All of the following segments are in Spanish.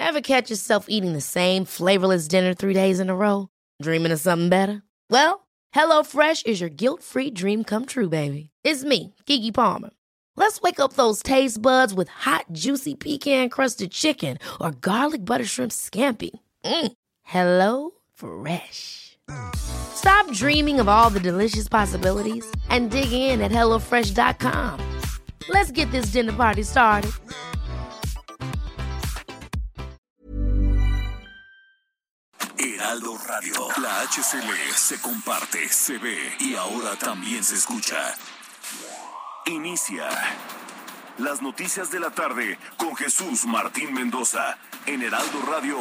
Ever catch yourself eating the same flavorless dinner 3 days in a row? Dreaming of something better? Well, HelloFresh is your guilt-free dream come true, baby. It's me, Keke Palmer. Let's wake up those taste buds with hot, juicy pecan-crusted chicken or garlic butter shrimp scampi. Hello Fresh. Stop dreaming of all the delicious possibilities and dig in at HelloFresh.com. Let's get this dinner party started. Heraldo Radio, la HCL se comparte, se ve y ahora también se escucha. Inicia las noticias de la tarde con Jesús Martín Mendoza en Heraldo Radio.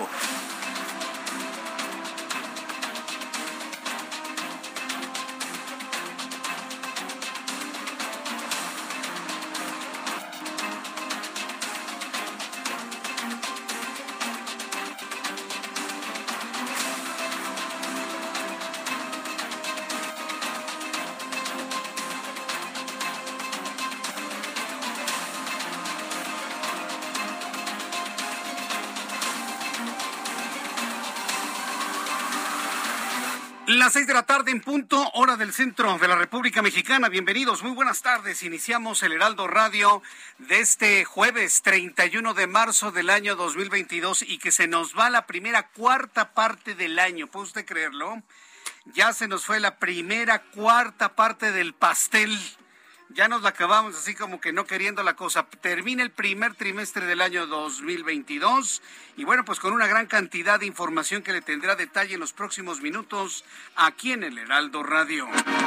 Las 6 de la tarde en punto, hora del centro de la República Mexicana. Bienvenidos, muy buenas tardes. Iniciamos el Heraldo Radio de este jueves 31 de marzo del año 2022 y que se nos va la cuarta parte del año. ¿Puede usted creerlo? Ya se nos fue la cuarta parte del pastel. Ya nos la acabamos así como que no queriendo la cosa. Termina el primer trimestre del año 2022 y bueno, pues con una gran cantidad de información que le tendrá detalle en los próximos minutos aquí en el Heraldo Radio.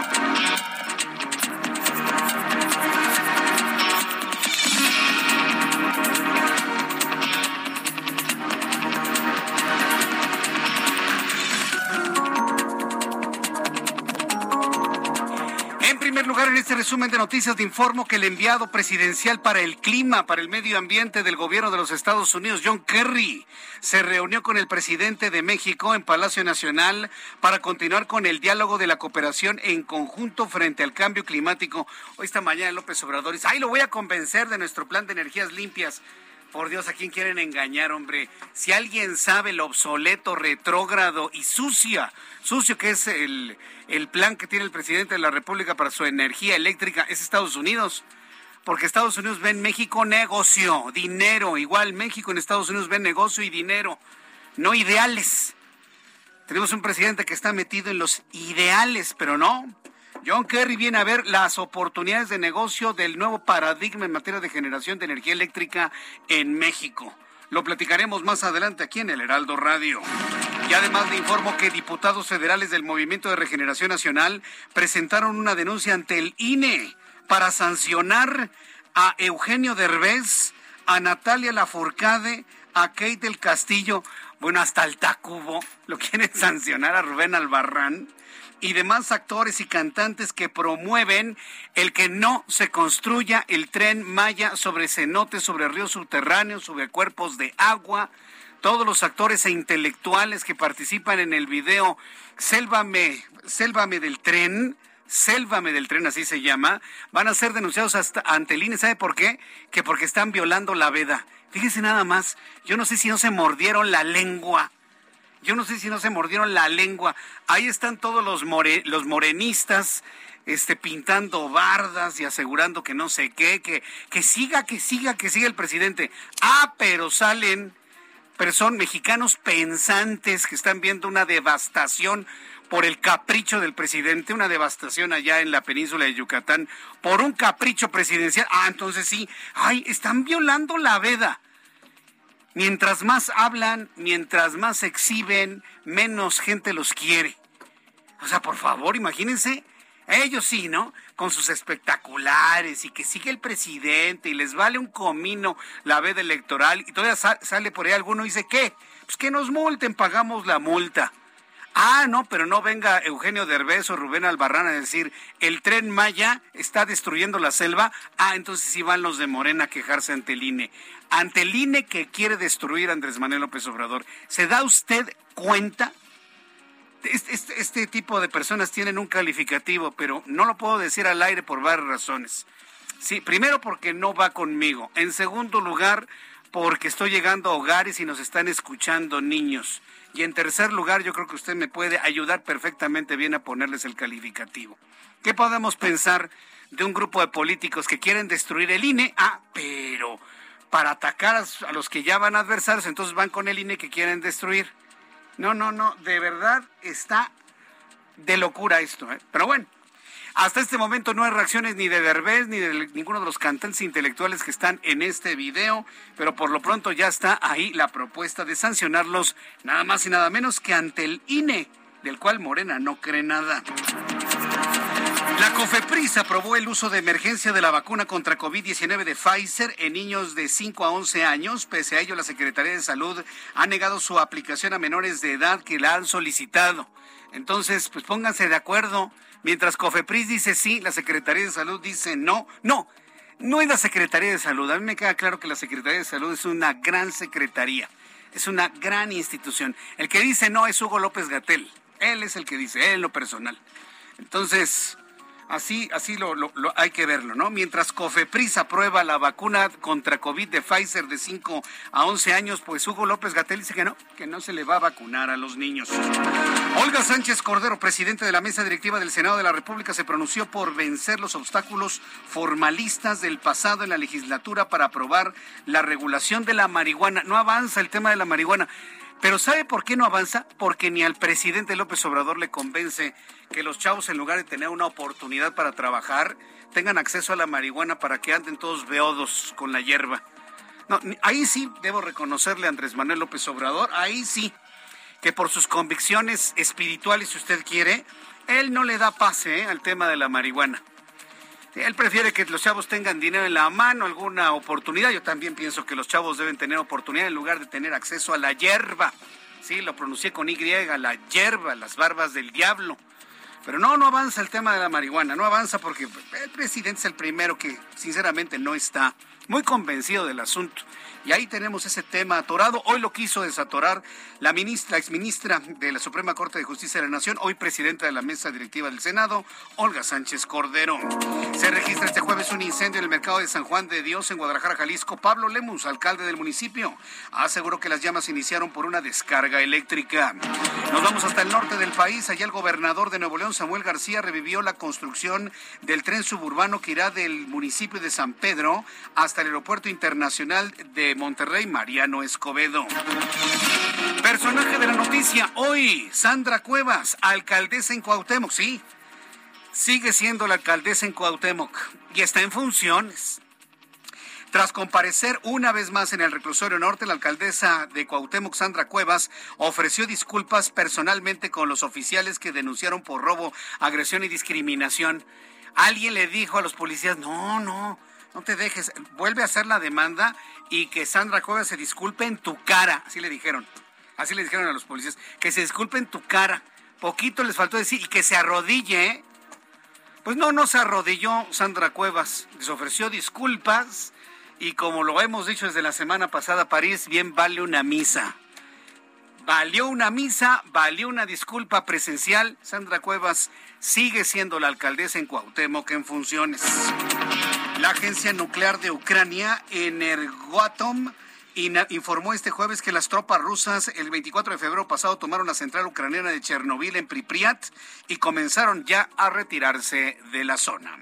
En primer lugar, en este resumen de noticias te informo que el enviado presidencial para el clima, para el medio ambiente del gobierno de los Estados Unidos, John Kerry, se reunió con el presidente de México en Palacio Nacional para continuar con el diálogo de la cooperación en conjunto frente al cambio climático. Hoy esta mañana López Obrador dice, lo voy a convencer de nuestro plan de energías limpias. Por Dios, ¿a quién quieren engañar, hombre? Si alguien sabe lo obsoleto, retrógrado y sucio que es el plan que tiene el presidente de la República para su energía eléctrica, es Estados Unidos. Porque Estados Unidos ve en México negocio, dinero. Igual México en Estados Unidos ve negocio y dinero, no ideales. Tenemos un presidente que está metido en los ideales, pero no. John Kerry viene a ver las oportunidades de negocio del nuevo paradigma en materia de generación de energía eléctrica en México. Lo platicaremos más adelante aquí en el Heraldo Radio. Y además le informo que diputados federales del Movimiento de Regeneración Nacional presentaron una denuncia ante el INE para sancionar a Eugenio Derbez, a Natalia Lafourcade, a Kate del Castillo, bueno, hasta el Tacubo, lo quieren sancionar a Rubén Albarrán y demás actores y cantantes que promueven el que no se construya el Tren Maya sobre cenotes, sobre ríos subterráneos, sobre cuerpos de agua. Todos los actores e intelectuales que participan en el video Sélvame del Tren, así se llama, van a ser denunciados ante el INE. ¿Sabe por qué? Que porque están violando la veda. Fíjese nada más, yo no sé si no se mordieron la lengua. Ahí están todos los morenistas pintando bardas y asegurando que no sé qué, que siga el presidente. Pero salen personas mexicanos pensantes que están viendo una devastación por el capricho del presidente, una devastación allá en la península de Yucatán por un capricho presidencial. Entonces sí, están violando la veda. Mientras más hablan, mientras más exhiben, menos gente los quiere. O sea, por favor, imagínense, ellos sí, ¿no? Con sus espectaculares y que sigue el presidente y les vale un comino la veda electoral y todavía sale por ahí alguno y dice, ¿qué? Pues que nos multen, pagamos la multa. No, pero no venga Eugenio Derbez o Rubén Albarrán a decir, el Tren Maya está destruyendo la selva. Entonces sí van los de Morena a quejarse ante el INE. Ante el INE que quiere destruir a Andrés Manuel López Obrador. ¿Se da usted cuenta? Este tipo de personas tienen un calificativo, pero no lo puedo decir al aire por varias razones. Sí, primero porque no va conmigo. En segundo lugar, porque estoy llegando a hogares y nos están escuchando niños. Y en tercer lugar, yo creo que usted me puede ayudar perfectamente bien a ponerles el calificativo. ¿Qué podemos pensar de un grupo de políticos que quieren destruir el INE? Pero para atacar a los que ya van adversarios, entonces van con el INE que quieren destruir. No, de verdad está de locura esto, ¿eh? Pero bueno, hasta este momento no hay reacciones ni de Derbez ni de ninguno de los cantantes intelectuales que están en este video, pero por lo pronto ya está ahí la propuesta de sancionarlos, nada más y nada menos que ante el INE, del cual Morena no cree nada. La COFEPRIS aprobó el uso de emergencia de la vacuna contra COVID-19 de Pfizer en niños de 5 a 11 años. Pese a ello, la Secretaría de Salud ha negado su aplicación a menores de edad que la han solicitado. Entonces, pues pónganse de acuerdo. Mientras COFEPRIS dice sí, la Secretaría de Salud dice no. No es la Secretaría de Salud. A mí me queda claro que la Secretaría de Salud es una gran secretaría, es una gran institución. El que dice no es Hugo López-Gatell. Él es el que dice, él en lo personal. Entonces, así lo hay que verlo, ¿no? Mientras COFEPRIS aprueba la vacuna contra COVID de Pfizer de 5 a 11 años, pues Hugo López-Gatell dice que no se le va a vacunar a los niños. Olga Sánchez Cordero, presidente de la mesa directiva del Senado de la República, se pronunció por vencer los obstáculos formalistas del pasado en la legislatura para aprobar la regulación de la marihuana. No avanza el tema de la marihuana. Pero ¿sabe por qué no avanza? Porque ni al presidente López Obrador le convence que los chavos, en lugar de tener una oportunidad para trabajar, tengan acceso a la marihuana para que anden todos beodos con la hierba. No, ahí sí debo reconocerle a Andrés Manuel López Obrador, ahí sí, que por sus convicciones espirituales, si usted quiere, él no le da pase al tema de la marihuana. Él prefiere que los chavos tengan dinero en la mano, alguna oportunidad. Yo también pienso que los chavos deben tener oportunidad en lugar de tener acceso a la hierba. Sí, lo pronuncié con Y, la hierba, las barbas del diablo. Pero no avanza el tema de la marihuana, no avanza porque el presidente es el primero que sinceramente no está muy convencido del asunto. Y ahí tenemos ese tema atorado. Hoy lo quiso desatorar la exministra de la Suprema Corte de Justicia de la Nación, hoy presidenta de la mesa directiva del Senado, Olga Sánchez Cordero. Se registra este jueves un incendio en el mercado de San Juan de Dios en Guadalajara, Jalisco. Pablo Lemus, alcalde del municipio, aseguró que las llamas iniciaron por una descarga eléctrica. Nos vamos hasta el norte del país. Allá el gobernador de Nuevo León, Samuel García, revivió la construcción del tren suburbano que irá del municipio de San Pedro hasta el aeropuerto internacional de Monterrey, Mariano Escobedo. Personaje de la noticia hoy, Sandra Cuevas, alcaldesa en Cuauhtémoc. Sí, sigue siendo la alcaldesa en Cuauhtémoc y está en funciones. Tras comparecer una vez más en el reclusorio norte, la alcaldesa de Cuauhtémoc, Sandra Cuevas, ofreció disculpas personalmente con los oficiales que denunciaron por robo, agresión y discriminación. Alguien le dijo a los policías, no te dejes, vuelve a hacer la demanda y que Sandra Cuevas se disculpe en tu cara. Así le dijeron a los policías, que se disculpe en tu cara. Poquito les faltó decir, y que se arrodille, ¿eh? Pues no se arrodilló Sandra Cuevas, les ofreció disculpas y como lo hemos dicho desde la semana pasada, París, bien vale una misa. Valió una misa, valió una disculpa presencial. Sandra Cuevas sigue siendo la alcaldesa en Cuauhtémoc en funciones. La agencia nuclear de Ucrania, Energoatom, informó este jueves que las tropas rusas el 24 de febrero pasado tomaron la central ucraniana de Chernobyl en Pripyat y comenzaron ya a retirarse de la zona.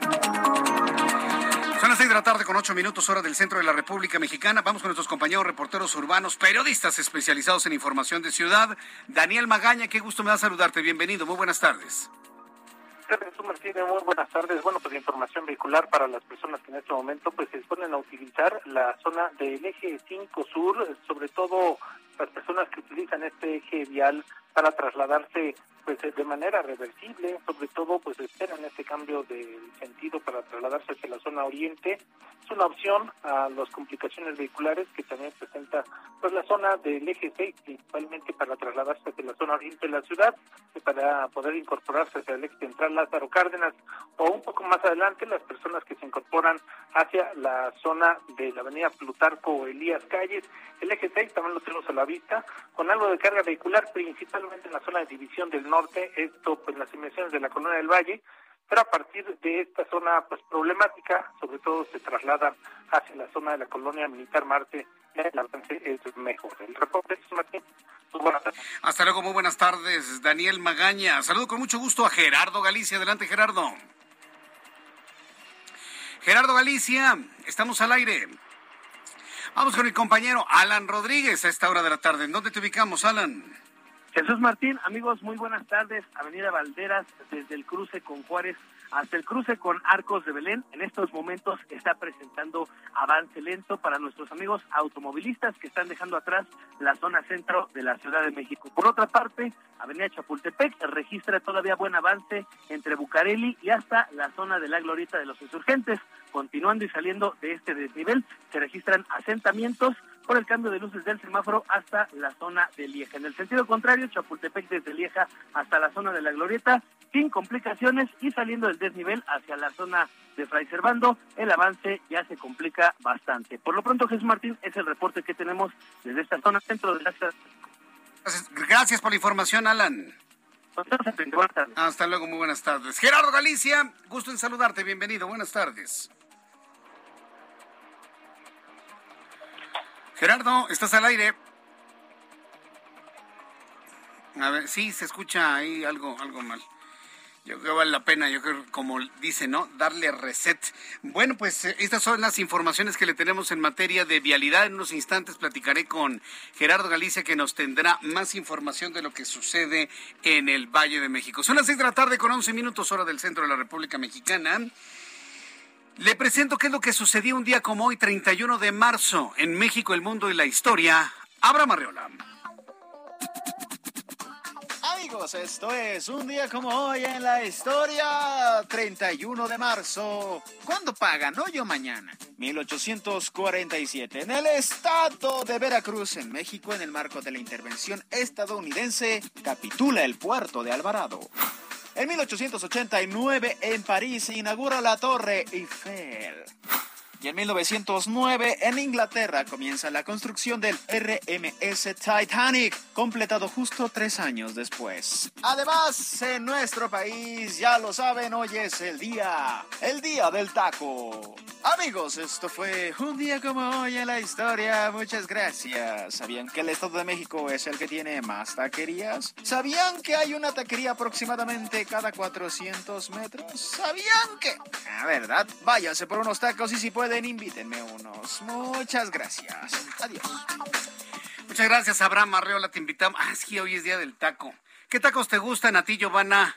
Son las 6 de la tarde con 8 minutos, hora del centro de la República Mexicana. Vamos con nuestros compañeros reporteros urbanos, periodistas especializados en información de ciudad. Daniel Magaña, qué gusto me da saludarte. Bienvenido, muy buenas tardes. Jesús Martínez, muy buenas tardes. Bueno, pues información vehicular para las personas que en este momento pues se disponen a utilizar la zona del eje 5 sur, sobre todo las personas que utilizan este eje vial para trasladarse pues de manera reversible, sobre todo pues esperan este cambio de sentido para trasladarse hacia la zona oriente. Es una opción a las complicaciones vehiculares que también presenta pues la zona del eje 6, principalmente para trasladarse hacia la zona oriente de la ciudad, para poder incorporarse hacia el eje central Lázaro Cárdenas, o un poco más adelante las personas que se incorporan hacia la zona de la avenida Plutarco o Elías Calles. El eje 6 también lo tenemos a la vista, con algo de carga vehicular, principalmente en la zona de División del Norte, esto pues las inmediaciones de la Colonia del Valle, pero a partir de esta zona pues problemática, sobre todo se trasladan hacia la zona de la Colonia Militar Marte el avance es mejor. El reporte es Martín. Muy buenas tardes. Hasta luego, muy buenas tardes, Daniel Magaña. Saludo con mucho gusto a Gerardo Galicia. Adelante, Gerardo. Gerardo Galicia, estamos al aire. Vamos con el compañero Alan Rodríguez a esta hora de la tarde. ¿En dónde te ubicamos, Alan? Jesús Martín, amigos, muy buenas tardes. Avenida Valderas, desde el cruce con Juárez hasta el cruce con Arcos de Belén. En estos momentos está presentando avance lento para nuestros amigos automovilistas que están dejando atrás la zona centro de la Ciudad de México. Por otra parte, Avenida Chapultepec registra todavía buen avance entre Bucareli y hasta la zona de la Glorieta de los Insurgentes. Continuando y saliendo de este desnivel, se registran asentamientos por el cambio de luces del semáforo hasta la zona de Lieja. En el sentido contrario, Chapultepec desde Lieja hasta la zona de la Glorieta, sin complicaciones, y saliendo del desnivel hacia la zona de Fray Servando, el avance ya se complica bastante. Por lo pronto, Jesús Martín, es el reporte que tenemos desde esta zona centro de la ciudad. Gracias por la información, Alan. Buenas tardes. Hasta luego, muy buenas tardes. Gerardo Galicia, gusto en saludarte, bienvenido, buenas tardes. Gerardo, estás al aire. A ver, sí, se escucha ahí algo mal. Yo creo que vale la pena, yo creo, como dice, ¿no? Darle reset. Bueno, pues estas son las informaciones que le tenemos en materia de vialidad. En unos instantes platicaré con Gerardo Galicia, que nos tendrá más información de lo que sucede en el Valle de México. Son las 6 de la tarde con 11 minutos, hora del centro de la República Mexicana. Le presento qué es lo que sucedió un día como hoy, 31 de marzo, en México, el mundo y la historia. Abraham Arreola. Amigos, esto es un día como hoy en la historia, 31 de marzo. ¿Cuándo pagan? Hoy o mañana. 1847, en el estado de Veracruz, en México, en el marco de la intervención estadounidense, capitula el puerto de Alvarado. En 1889, en París, se inaugura la Torre Eiffel. Y en 1909, en Inglaterra, comienza la construcción del RMS Titanic, completado justo 3 años después. Además, en nuestro país, ya lo saben, hoy es el día del taco. Amigos, esto fue un día como hoy en la historia. Muchas gracias. ¿Sabían que el Estado de México es el que tiene más taquerías? ¿Sabían que hay una taquería aproximadamente cada 400 metros? ¿Sabían que? La verdad, váyanse por unos tacos y si pueden, invítenme unos. Muchas gracias. Adiós. Muchas gracias, Abraham Arreola, te invitamos. Sí, hoy es día del taco. ¿Qué tacos te gustan a ti, Giovanna?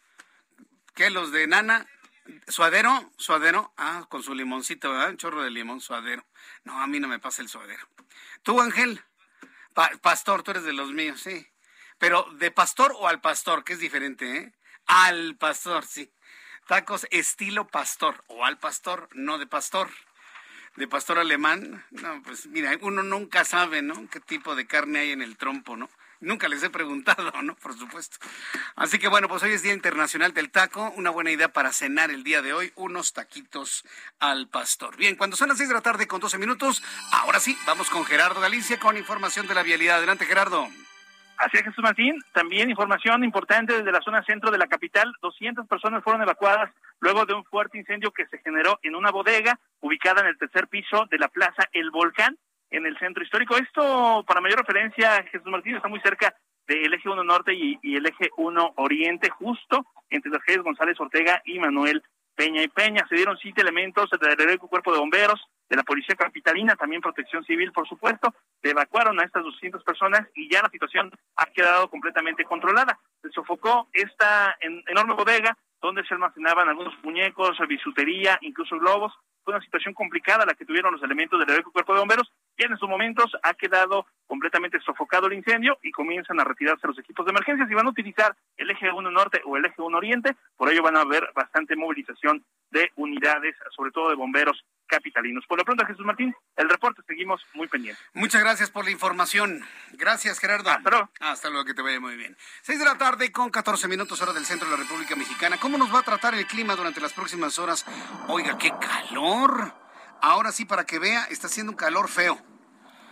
¿Qué, los de nana? ¿Suadero? Con su limoncito, ¿verdad? Un chorro de limón, suadero. No, a mí no me pasa el suadero. ¿Tú, Ángel? Pastor, tú eres de los míos, sí. Pero, ¿de pastor o al pastor? Que es diferente, ¿eh? Al pastor, sí. Tacos estilo pastor o al pastor, no de pastor. De pastor alemán, no, pues mira, uno nunca sabe, ¿no? Qué tipo de carne hay en el trompo, ¿no? Nunca les he preguntado, ¿no? Por supuesto. Así que bueno, pues hoy es Día Internacional del Taco. Una buena idea para cenar el día de hoy, unos taquitos al pastor. Bien, cuando son las 6 de la tarde con 12 minutos, ahora sí, vamos con Gerardo Galicia con información de la vialidad. Adelante, Gerardo. Así es, Jesús Martín. También información importante desde la zona centro de la capital. 200 personas fueron evacuadas luego de un fuerte incendio que se generó en una bodega ubicada en el tercer piso de la Plaza El Volcán, en el centro histórico. Esto, para mayor referencia, Jesús Martín, está muy cerca del eje 1 Norte y el eje 1 Oriente, justo entre las calles González Ortega y Manuel Peña y Peña. Se dieron 7 elementos del Cuerpo de Bomberos, de la Policía Capitalina, también Protección Civil, por supuesto. Se evacuaron a estas 200 personas y ya la situación ha quedado completamente controlada. Se sofocó esta enorme bodega donde se almacenaban algunos muñecos, bisutería, incluso globos. Fue una situación complicada la que tuvieron los elementos del Heroico Cuerpo de Bomberos. Ya en estos momentos ha quedado completamente sofocado el incendio y comienzan a retirarse los equipos de emergencia. Si van a utilizar el eje 1 Norte o el eje 1 Oriente, por ello van a haber bastante movilización de unidades, sobre todo de bomberos capitalinos. Por lo pronto, Jesús Martín, el reporte, seguimos muy pendientes. Muchas gracias por la información. Gracias, Gerardo. Hasta luego. Hasta luego, que te vaya muy bien. 6 de la tarde con 14 minutos, hora del centro de la República Mexicana. ¿Cómo nos va a tratar el clima durante las próximas horas? Oiga, qué calor. Ahora sí, para que vea, está haciendo un calor feo.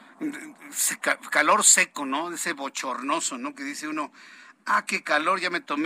Calor seco, ¿no? Ese bochornoso, ¿no? Que dice uno, qué calor, ya me tomé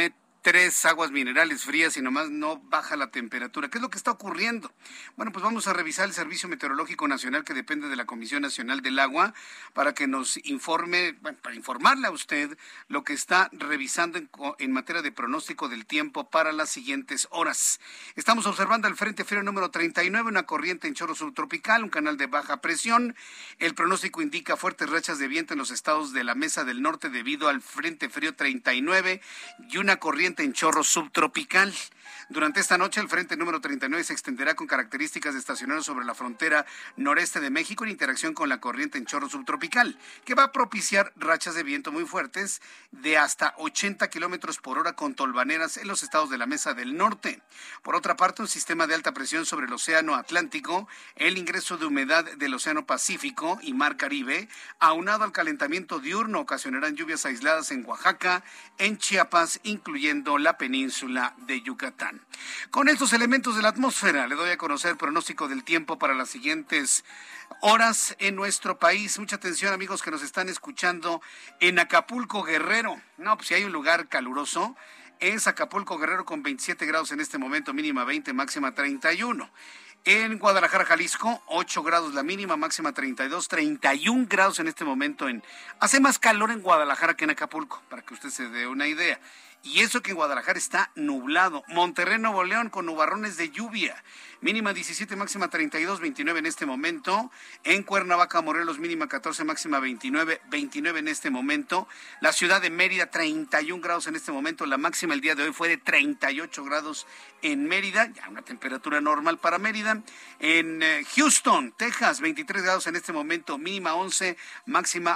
3 aguas minerales frías y nomás no baja la temperatura. ¿Qué es lo que está ocurriendo? Bueno, pues vamos a revisar el Servicio Meteorológico Nacional, que depende de la Comisión Nacional del Agua, para que nos informe, bueno, para informarle a usted lo que está revisando en materia de pronóstico del tiempo para las siguientes horas. Estamos observando el Frente Frío número 39, una corriente en chorro subtropical, un canal de baja presión. El pronóstico indica fuertes rachas de viento en los estados de la Mesa del Norte debido al Frente Frío 39 y una corriente en chorro subtropical. Durante esta noche, el frente número 39 se extenderá con características de estacionario sobre la frontera noreste de México en interacción con la corriente en chorro subtropical, que va a propiciar rachas de viento muy fuertes de hasta 80 kilómetros por hora con tolvaneras en los estados de la Mesa del Norte. Por otra parte, un sistema de alta presión sobre el Océano Atlántico, el ingreso de humedad del Océano Pacífico y Mar Caribe, aunado al calentamiento diurno, ocasionarán lluvias aisladas en Oaxaca, en Chiapas, incluyendo la península de Yucatán. Con estos elementos de la atmósfera, le doy a conocer el pronóstico del tiempo para las siguientes horas en nuestro país. Mucha atención, amigos que nos están escuchando en Acapulco, Guerrero. No, pues si hay un lugar caluroso, es Acapulco, Guerrero, con 27 grados en este momento, mínima 20, máxima 31. En Guadalajara, Jalisco, 8 grados la mínima, máxima 32, 31 grados en este momento. Hace más calor en Guadalajara que en Acapulco, para que usted se dé una idea. Y eso que en Guadalajara está nublado. Monterrey, Nuevo León, con nubarrones de lluvia. Mínima 17, máxima 32, 29 en este momento. En Cuernavaca, Morelos, mínima 14, máxima 29, 29 en este momento. La ciudad de Mérida, 31 grados en este momento. La máxima el día de hoy fue de 38 grados en Mérida, ya una temperatura normal para Mérida. En Houston, Texas, 23 grados en este momento. Mínima 11, máxima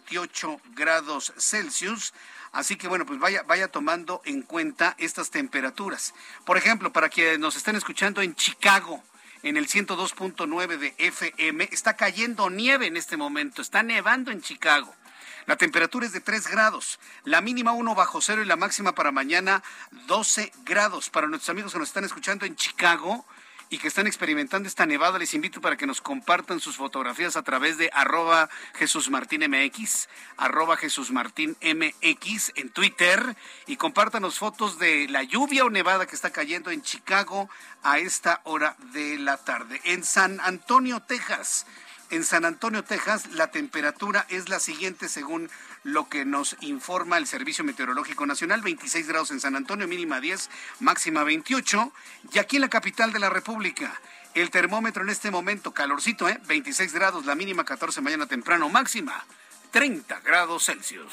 28 grados Celsius. Así que bueno, pues vaya tomando en cuenta estas temperaturas. Por ejemplo, para quienes nos estén escuchando en Chicago, en el 102.9 de FM, está cayendo nieve en este momento, está nevando en Chicago. La temperatura es de 3 grados, la mínima 1 bajo cero y la máxima para mañana 12 grados. Para nuestros amigos que nos están escuchando en Chicago y que están experimentando esta nevada, les invito para que nos compartan sus fotografías a través de @JesusMartinMX, @JesusMartinMX en Twitter, y compártanos fotos de la lluvia o nevada que está cayendo en Chicago a esta hora de la tarde. En San Antonio, Texas, la temperatura es la siguiente según lo que nos informa el Servicio Meteorológico Nacional: 26 grados en San Antonio, mínima 10, máxima 28. Y aquí en la capital de la República, el termómetro en este momento, calorcito, 26 grados, la mínima 14 mañana temprano, máxima 30 grados Celsius.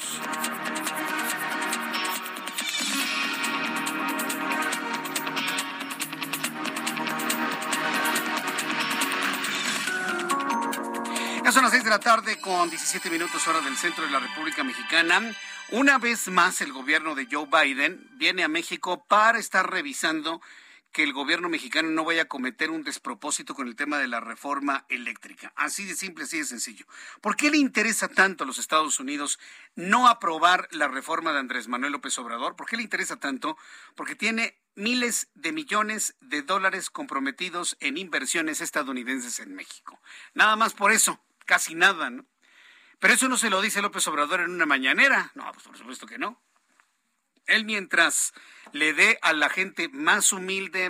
Ya son las 6 de la tarde con 17 minutos hora del centro de la República Mexicana. Una vez más el gobierno de Joe Biden viene a México para estar revisando que el gobierno mexicano no vaya a cometer un despropósito con el tema de la reforma eléctrica. Así de simple, así de sencillo. ¿Por qué le interesa tanto a los Estados Unidos no aprobar la reforma de Andrés Manuel López Obrador? ¿Por qué le interesa tanto? Porque tiene miles de millones de dólares comprometidos en inversiones estadounidenses en México. Nada más por eso, casi nada, ¿no? Pero eso no se lo dice López Obrador en una mañanera. No, pues por supuesto que no. Él, mientras le dé a la gente más humilde,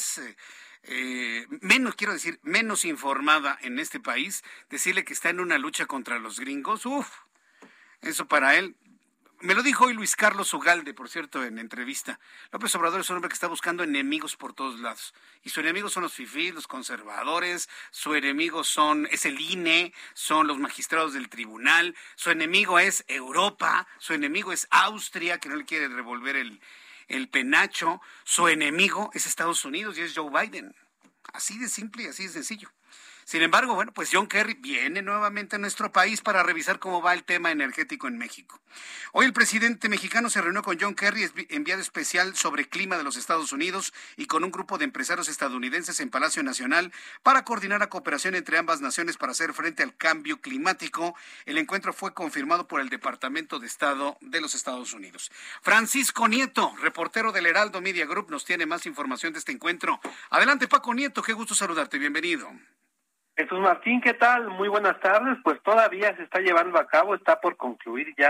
menos informada en este país, decirle que está en una lucha contra los gringos, eso para él. Me lo dijo hoy Luis Carlos Ugalde, por cierto, en entrevista. López Obrador es un hombre que está buscando enemigos por todos lados. Y su enemigo son los fifís, los conservadores, su enemigo es el INE, son los magistrados del tribunal, su enemigo es Europa, su enemigo es Austria, que no le quiere revolver el penacho, su enemigo es Estados Unidos y es Joe Biden. Así de simple y así de sencillo. Sin embargo, bueno, pues John Kerry viene nuevamente a nuestro país para revisar cómo va el tema energético en México. Hoy el presidente mexicano se reunió con John Kerry, enviado especial sobre clima de los Estados Unidos, y con un grupo de empresarios estadounidenses en Palacio Nacional para coordinar la cooperación entre ambas naciones para hacer frente al cambio climático. El encuentro fue confirmado por el Departamento de Estado de los Estados Unidos. Francisco Nieto, reportero del Heraldo Media Group, nos tiene más información de este encuentro. Adelante, Paco Nieto, qué gusto saludarte, bienvenido. Jesús Martín, ¿qué tal? Muy buenas tardes. Pues todavía se está llevando a cabo, está por concluir ya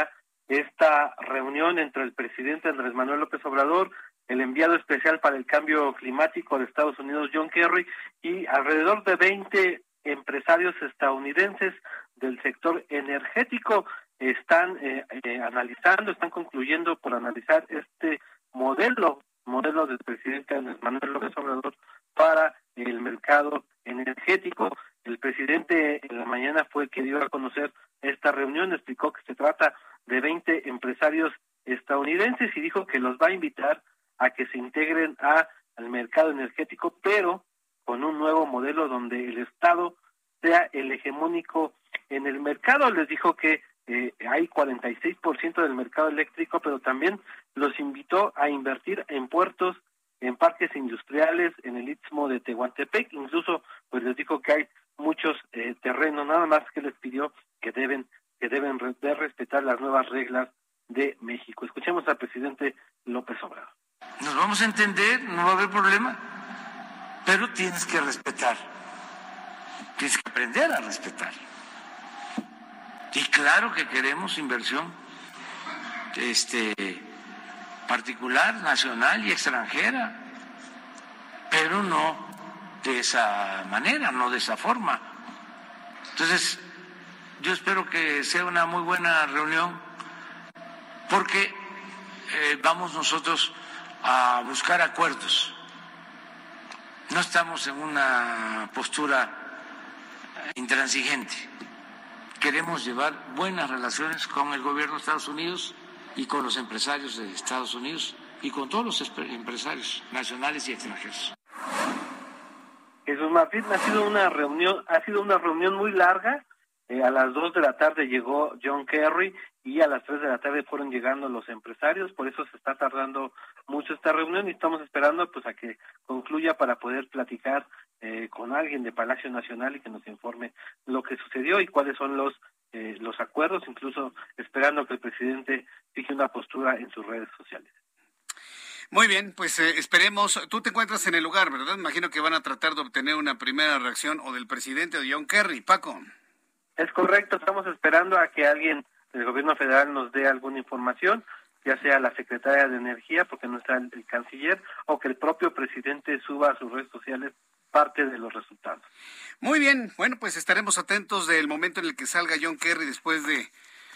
esta reunión entre el presidente Andrés Manuel López Obrador, el enviado especial para el cambio climático de Estados Unidos, John Kerry, y alrededor de 20 empresarios estadounidenses del sector energético están están concluyendo por analizar este modelo del presidente Andrés Manuel López Obrador para el mercado energético. El presidente en la mañana fue el que dio a conocer esta reunión, explicó que se trata de 20 empresarios estadounidenses y dijo que los va a invitar a que se integren al mercado energético, pero con un nuevo modelo donde el Estado sea el hegemónico en el mercado. Les dijo que hay 46% del mercado eléctrico, pero también los invitó a invertir en puertos, en parques industriales, en el Istmo de Tehuantepec. Incluso pues les dijo que hay muchos terrenos, nada más que les pidió que deben de respetar las nuevas reglas de México. Escuchemos al presidente López Obrador. Nos vamos a entender, no va a haber problema, pero tienes que respetar, tienes que aprender a respetar. Y claro que queremos inversión particular, nacional y extranjera, pero no de esa manera, no de esa forma. Entonces, yo espero que sea una muy buena reunión, porque vamos nosotros a buscar acuerdos. No estamos en una postura intransigente. Queremos llevar buenas relaciones con el gobierno de Estados Unidos y con los empresarios de Estados Unidos y con todos los empresarios nacionales y extranjeros. Jesús Martín, ha sido una reunión muy larga. A las 2 de la tarde llegó John Kerry y a las 3 de la tarde fueron llegando los empresarios, por eso se está tardando mucho esta reunión y estamos esperando pues a que concluya para poder platicar con alguien de Palacio Nacional y que nos informe lo que sucedió y cuáles son los acuerdos, incluso esperando que el presidente fije una postura en sus redes sociales. Muy bien, pues esperemos. Tú te encuentras en el lugar, ¿verdad? Imagino que van a tratar de obtener una primera reacción o del presidente o de John Kerry. Paco. Es correcto, estamos esperando a que alguien del gobierno federal nos dé alguna información, ya sea la secretaria de Energía, porque no está el canciller, o que el propio presidente suba a sus redes sociales parte de los resultados. Muy bien, bueno, pues estaremos atentos del momento en el que salga John Kerry después de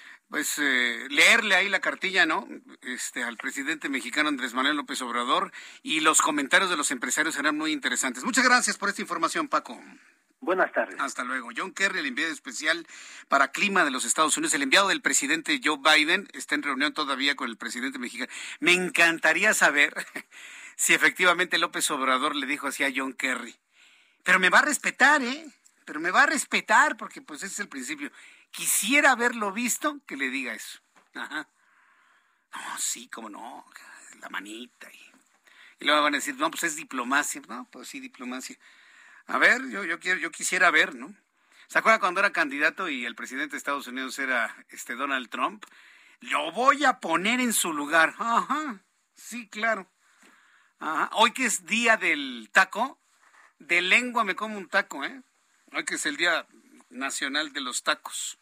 leerle ahí la cartilla, ¿no? Al presidente mexicano Andrés Manuel López Obrador, y los comentarios de los empresarios serán muy interesantes. Muchas gracias por esta información, Paco. Buenas tardes. Hasta luego. John Kerry, el enviado especial para clima de los Estados Unidos, el enviado del presidente Joe Biden, está en reunión todavía con el presidente mexicano. Me encantaría saber si efectivamente López Obrador le dijo así a John Kerry. Pero me va a respetar, Pero me va a respetar porque pues ese es el principio. Quisiera haberlo visto que le diga eso. Ajá. No, sí, cómo no, la manita. Y luego van a decir, no, pues es diplomacia. No, pues sí, diplomacia. A ver, yo quisiera ver, ¿no? ¿Se acuerdan cuando era candidato y el presidente de Estados Unidos era Donald Trump? Lo voy a poner en su lugar. Ajá, sí, claro. Ajá. Hoy que es día del taco, de lengua me como un taco, Hoy que es el Día Nacional de los Tacos.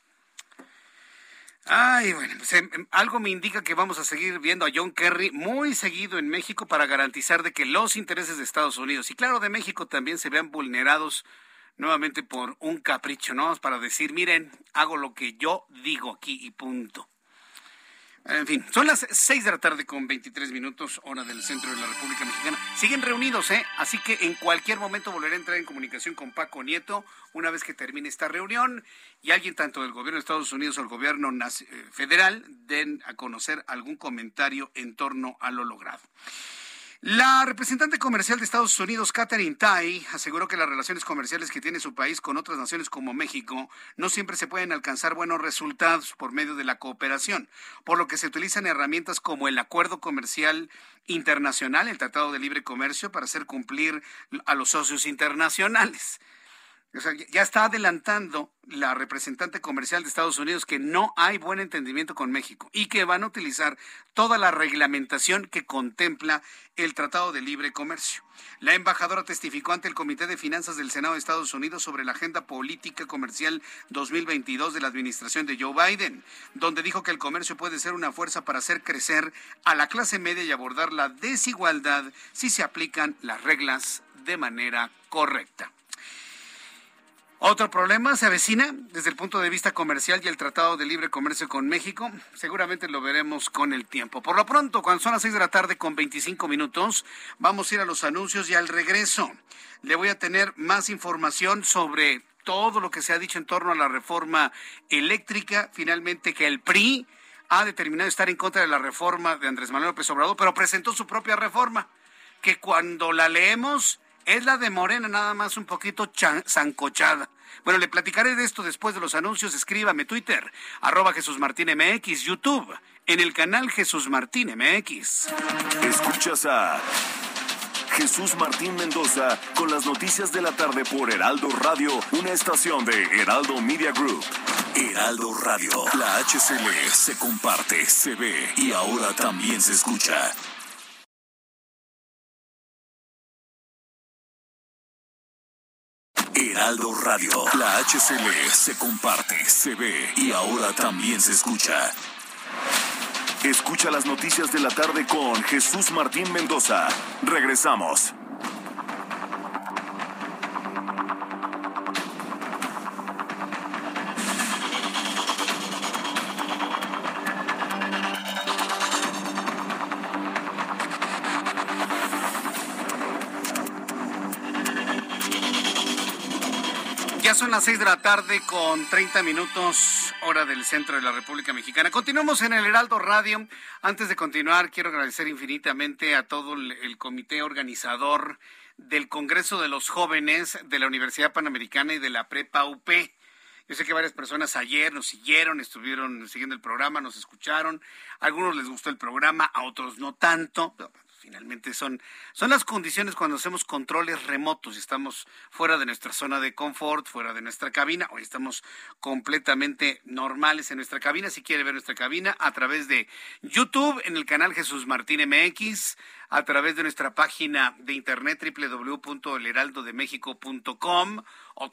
Ay, bueno, pues algo me indica que vamos a seguir viendo a John Kerry muy seguido en México para garantizar de que los intereses de Estados Unidos y claro de México también se vean vulnerados nuevamente por un capricho, ¿no? Para decir, miren, hago lo que yo digo aquí y punto. En fin, son las 6 de la tarde con 23 minutos, hora del centro de la República Mexicana. Siguen reunidos, Así que en cualquier momento volveré a entrar en comunicación con Paco Nieto una vez que termine esta reunión y alguien tanto del gobierno de Estados Unidos o el gobierno federal den a conocer algún comentario en torno a lo logrado. La representante comercial de Estados Unidos, Katherine Tai, aseguró que las relaciones comerciales que tiene su país con otras naciones como México no siempre se pueden alcanzar buenos resultados por medio de la cooperación, por lo que se utilizan herramientas como el Acuerdo Comercial Internacional, el Tratado de Libre Comercio, para hacer cumplir a los socios internacionales. O sea, ya está adelantando la representante comercial de Estados Unidos que no hay buen entendimiento con México y que van a utilizar toda la reglamentación que contempla el Tratado de Libre Comercio. La embajadora testificó ante el Comité de Finanzas del Senado de Estados Unidos sobre la Agenda Política Comercial 2022 de la administración de Joe Biden, donde dijo que el comercio puede ser una fuerza para hacer crecer a la clase media y abordar la desigualdad si se aplican las reglas de manera correcta. Otro problema se avecina desde el punto de vista comercial y el Tratado de Libre Comercio con México. Seguramente lo veremos con el tiempo. Por lo pronto, cuando son las 6:25 p.m, vamos a ir a los anuncios y al regreso le voy a tener más información sobre todo lo que se ha dicho en torno a la reforma eléctrica. Finalmente que el PRI ha determinado estar en contra de la reforma de Andrés Manuel López Obrador, pero presentó su propia reforma, que cuando la leemos es la de Morena, nada más un poquito zancochada. Bueno, le platicaré de esto después de los anuncios. Escríbame Twitter, @JesúsMartínMX, YouTube, en el canal Jesús Martín MX. Escuchas a Jesús Martín Mendoza con las noticias de la tarde por Heraldo Radio, una estación de Heraldo Media Group. Heraldo Radio, la HCL se comparte, se ve y ahora también se escucha. Heraldo Radio, la HCL se comparte, se ve y ahora también se escucha. Escucha las noticias de la tarde con Jesús Martín Mendoza. Regresamos. Ya son las 6:30 p.m, hora del centro de la República Mexicana. Continuamos en el Heraldo Radio. Antes de continuar, quiero agradecer infinitamente a todo el comité organizador del Congreso de los Jóvenes de la Universidad Panamericana y de la Prepa UP. Yo sé que varias personas ayer nos siguieron, estuvieron siguiendo el programa, nos escucharon. A algunos les gustó el programa, a otros no tanto. Finalmente son las condiciones cuando hacemos controles remotos y estamos fuera de nuestra zona de confort, fuera de nuestra cabina. Hoy estamos completamente normales en nuestra cabina. Si quiere ver nuestra cabina, a través de YouTube, en el canal Jesús Martín MX, a través de nuestra página de internet www.elheraldodemexico.com o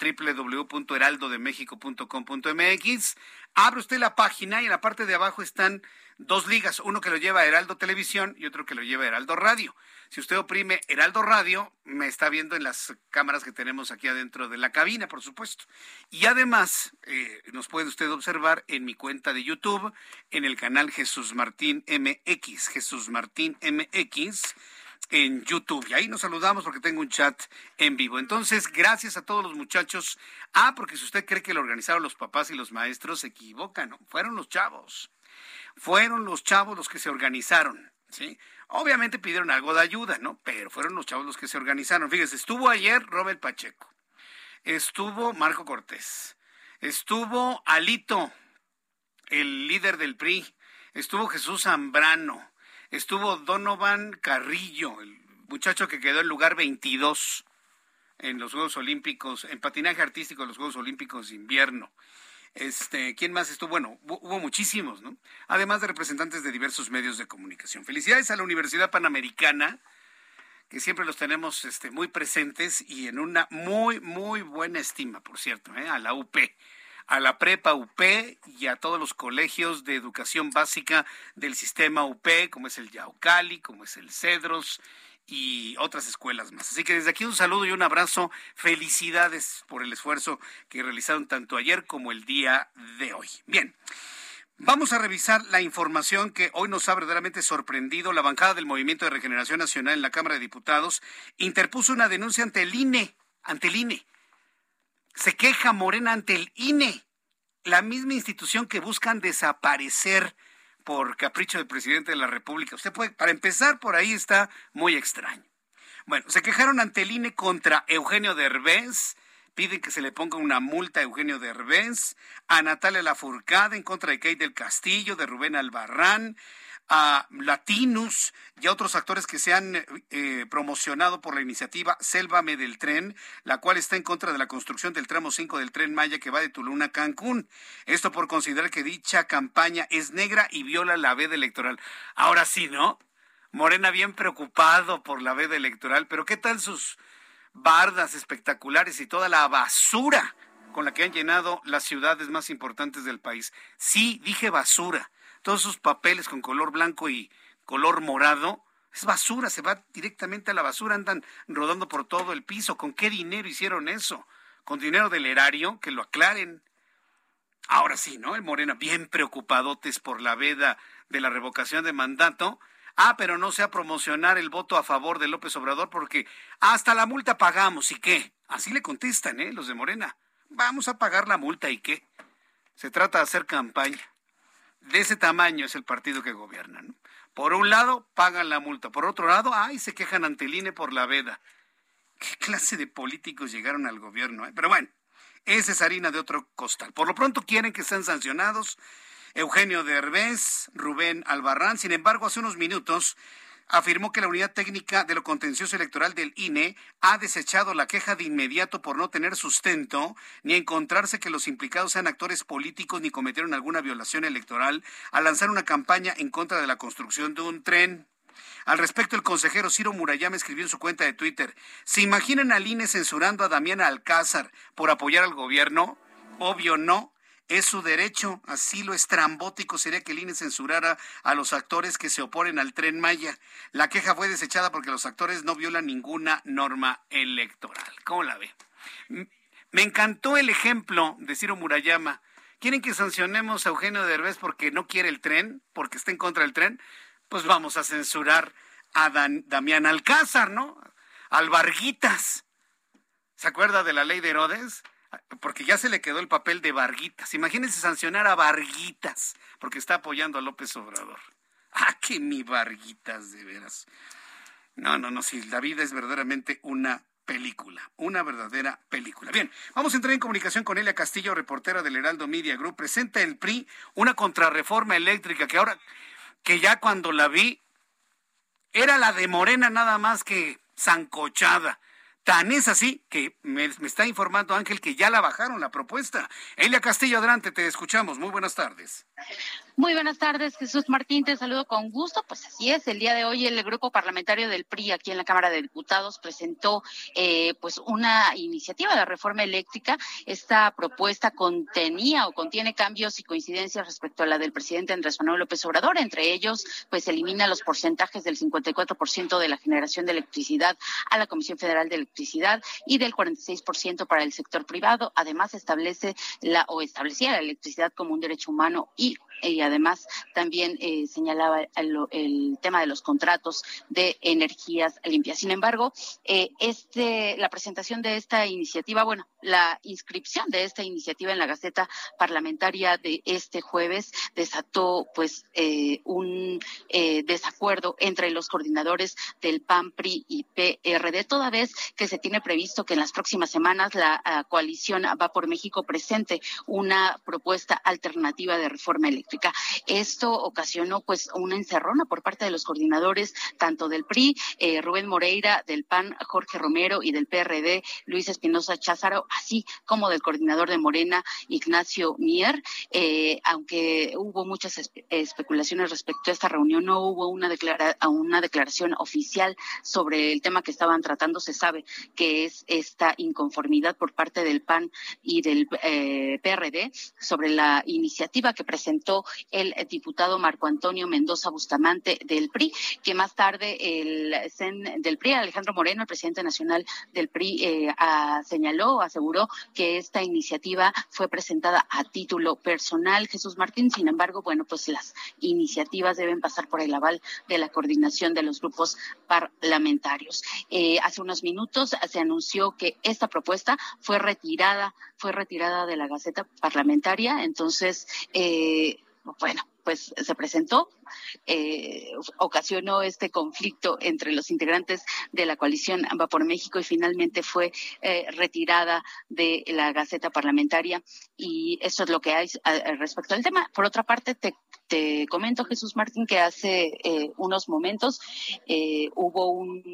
www.heraldodemexico.com.mx. Abre usted la página y en la parte de abajo están dos ligas, uno que lo lleva a Heraldo Televisión y otro que lo lleva a Heraldo Radio. Si usted oprime Heraldo Radio, me está viendo en las cámaras que tenemos aquí adentro de la cabina, por supuesto. Y además, nos puede usted observar en mi cuenta de YouTube, en el canal Jesús Martín MX, Jesús Martín MX, en YouTube. Y ahí nos saludamos porque tengo un chat en vivo. Entonces, gracias a todos los muchachos. Porque si usted cree que lo organizaron los papás y los maestros, se equivocan, ¿no? Fueron los chavos. Fueron los chavos los que se organizaron, ¿sí? Obviamente pidieron algo de ayuda, ¿no? Pero fueron los chavos los que se organizaron. Fíjese, estuvo ayer Robert Pacheco, estuvo Marco Cortés, estuvo Alito, el líder del PRI, estuvo Jesús Zambrano, estuvo Donovan Carrillo, el muchacho que quedó en lugar 22 en los Juegos Olímpicos, en patinaje artístico en los Juegos Olímpicos de Invierno. ¿Quién más estuvo? Bueno, hubo muchísimos, ¿no? Además de representantes de diversos medios de comunicación. Felicidades a la Universidad Panamericana, que siempre los tenemos muy presentes y en una muy, muy buena estima, por cierto, a la UP, a la Prepa UP y a todos los colegios de educación básica del sistema UP, como es el Yaucali, como es el Cedros y otras escuelas más. Así que desde aquí un saludo y un abrazo. Felicidades por el esfuerzo que realizaron tanto ayer como el día de hoy. Bien, vamos a revisar la información que hoy nos ha verdaderamente sorprendido. La bancada del Movimiento de Regeneración Nacional en la Cámara de Diputados interpuso una denuncia ante el INE. Se queja Morena ante el INE, la misma institución que buscan desaparecer por capricho del presidente de la República. Usted puede, para empezar, por ahí está muy extraño. Bueno, se quejaron ante el INE contra Eugenio Derbez, Piden que se le ponga una multa a Eugenio Derbez, a Natalia Lafourcade en contra de Kate del Castillo, de Rubén Albarrán, a Latinus y a otros actores que se han promocionado por la iniciativa Sélvame del Tren, la cual está en contra de la construcción del tramo 5 del Tren Maya que va de Tulum a Cancún. Esto por considerar que dicha campaña es negra y viola la veda electoral. Ahora sí, ¿no? Morena bien preocupado por la veda electoral, pero ¿qué tal sus bardas espectaculares y toda la basura con la que han llenado las ciudades más importantes del país? Sí, dije basura. Todos sus papeles con color blanco y color morado, es basura, se va directamente a la basura, andan rodando por todo el piso. ¿Con qué dinero hicieron eso? ¿Con dinero del erario? Que lo aclaren. Ahora sí, ¿no? El Morena, bien preocupadotes por la veda de la revocación de mandato. Pero no sea promocionar el voto a favor de López Obrador porque hasta la multa pagamos, ¿y qué? Así le contestan, los de Morena. Vamos a pagar la multa, ¿y qué? Se trata de hacer campaña. De ese tamaño es el partido que gobierna, ¿no? Por un lado, pagan la multa. Por otro lado, se quejan ante el INE por la veda. ¿Qué clase de políticos llegaron al gobierno? Pero bueno, esa es harina de otro costal. Por lo pronto quieren que sean sancionados Eugenio Derbez, Rubén Albarrán. Sin embargo, hace unos minutos afirmó que la Unidad Técnica de lo Contencioso Electoral del INE ha desechado la queja de inmediato por no tener sustento, ni encontrarse que los implicados sean actores políticos ni cometieron alguna violación electoral al lanzar una campaña en contra de la construcción de un tren. Al respecto, el consejero Ciro Murayama escribió en su cuenta de Twitter: ¿se imaginan al INE censurando a Damián Alcázar por apoyar al gobierno? Obvio no. Es su derecho, así lo estrambótico sería que el INE censurara a los actores que se oponen al Tren Maya. La queja fue desechada porque los actores no violan ninguna norma electoral. ¿Cómo la ve? Me encantó el ejemplo de Ciro Murayama. ¿Quieren que sancionemos a Eugenio Derbez porque no quiere el tren, porque está en contra del tren? Pues vamos a censurar a Damián Alcázar, ¿no? Al Varguitas. ¿Se acuerda de la ley de Herodes? Porque ya se le quedó el papel de Varguitas. Imagínense sancionar a Varguitas porque está apoyando a López Obrador. Que mi Varguitas, de veras. No, si la vida es verdaderamente una película, una verdadera película. Bien, vamos a entrar en comunicación con Elia Castillo, reportera del Heraldo Media Group. Presenta el PRI una contrarreforma eléctrica que ya cuando la vi era la de Morena nada más que zancochada. Tan es así que me está informando Ángel que ya la bajaron la propuesta. Elia Castillo, adelante, te escuchamos. Muy buenas tardes. Muy buenas tardes, Jesús Martín, te saludo con gusto. Pues así es, el día de hoy el grupo parlamentario del PRI aquí en la Cámara de Diputados presentó pues una iniciativa de reforma eléctrica. Esta propuesta contiene cambios y coincidencias respecto a la del presidente Andrés Manuel López Obrador. Entre ellos, pues elimina los porcentajes del 54% de la generación de electricidad a la Comisión Federal de Electricidad y del 46% para el sector privado. Además, establecía la electricidad como un derecho humano y además también señalaba el tema de los contratos de energías limpias. Sin embargo, la presentación de esta iniciativa, la inscripción de esta iniciativa en la Gaceta Parlamentaria de este jueves desató pues un desacuerdo entre los coordinadores del PAN, PRI y PRD, toda vez que se tiene previsto que en las próximas semanas la coalición Va por México presente una propuesta alternativa de reforma eléctrica. Esto ocasionó pues una encerrona por parte de los coordinadores tanto del PRI, Rubén Moreira, del PAN, Jorge Romero, y del PRD, Luis Espinosa Cházaro, así como del coordinador de Morena, Ignacio Mier. Aunque hubo muchas especulaciones respecto a esta reunión, no hubo una declaración oficial sobre el tema que estaban tratando. Se sabe que es esta inconformidad por parte del PAN y del PRD sobre la iniciativa que presentó el diputado Marco Antonio Mendoza Bustamante del PRI, que más tarde el CEN del PRI, Alejandro Moreno, el presidente nacional del PRI, aseguró que esta iniciativa fue presentada a título personal, Jesús Martín. Sin embargo, pues las iniciativas deben pasar por el aval de la coordinación de los grupos parlamentarios. Hace unos minutos se anunció que esta propuesta fue retirada de la Gaceta Parlamentaria. Entonces, pues se presentó, ocasionó este conflicto entre los integrantes de la coalición Va por México y finalmente fue retirada de la Gaceta Parlamentaria, y eso es lo que hay respecto al tema. Por otra parte, te comento, Jesús Martín, que hace unos momentos hubo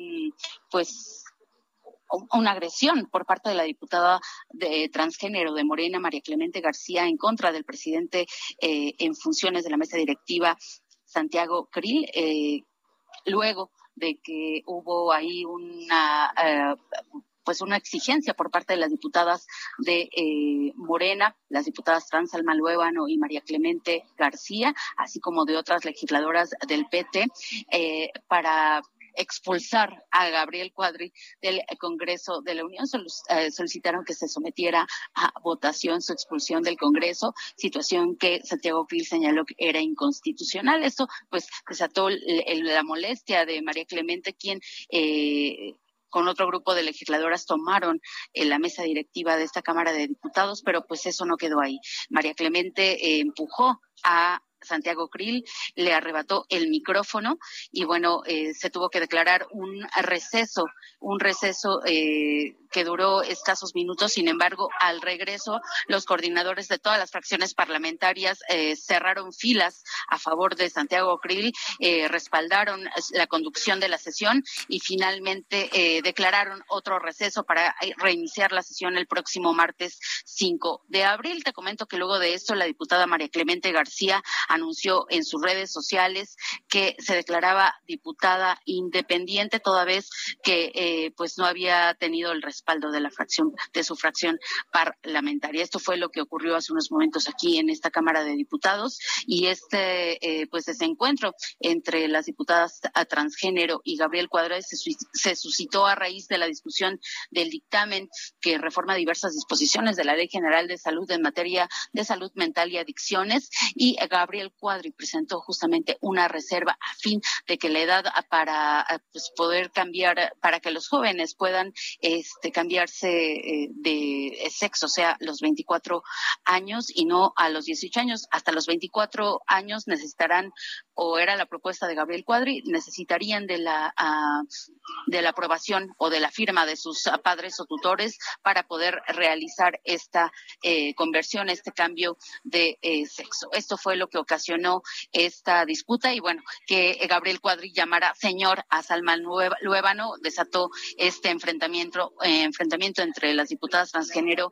una agresión por parte de la diputada de transgénero de Morena, María Clemente García, en contra del presidente en funciones de la mesa directiva, Santiago Krill, luego de que hubo ahí una exigencia por parte de las diputadas de Morena, las diputadas trans Alma Luébano y María Clemente García, así como de otras legisladoras del PT, para expulsar a Gabriel Cuadri del Congreso de la Unión. Solicitaron que se sometiera a votación su expulsión del Congreso, situación que Santiago Krill señaló que era inconstitucional. Esto pues desató la molestia de María Clemente, quien con otro grupo de legisladoras tomaron la mesa directiva de esta Cámara de Diputados, pero pues eso no quedó ahí. María Clemente empujó a Santiago Krill, le arrebató el micrófono y se tuvo que declarar un receso que duró escasos minutos. Sin embargo, al regreso, los coordinadores de todas las fracciones parlamentarias cerraron filas a favor de Santiago Krill, respaldaron la conducción de la sesión y finalmente declararon otro receso para reiniciar la sesión el próximo martes 5 de abril. Te comento que luego de esto, la diputada María Clemente García anunció en sus redes sociales que se declaraba diputada independiente, toda vez que no había tenido el respaldo de su fracción parlamentaria. Esto fue lo que ocurrió hace unos momentos aquí en esta Cámara de Diputados, y ese encuentro entre las diputadas a transgénero y Gabriel Cuadri se suscitó a raíz de la discusión del dictamen que reforma diversas disposiciones de la Ley General de Salud en materia de salud mental y adicciones, y Gabriel Cuadri presentó justamente una reserva a fin de que la edad para poder cambiar, para que los jóvenes puedan cambiarse de sexo, o sea, los 24 años y no a los 18 años. Hasta los 24 años necesitarán, o era la propuesta de Gabriel Cuadri, necesitarían de la aprobación o de la firma de sus padres o tutores para poder realizar esta conversión, este cambio de sexo. Esto fue lo que ocasionó esta disputa, y que Gabriel Cuadri llamara señor a Salma Luébano desató este enfrentamiento entre las diputadas transgénero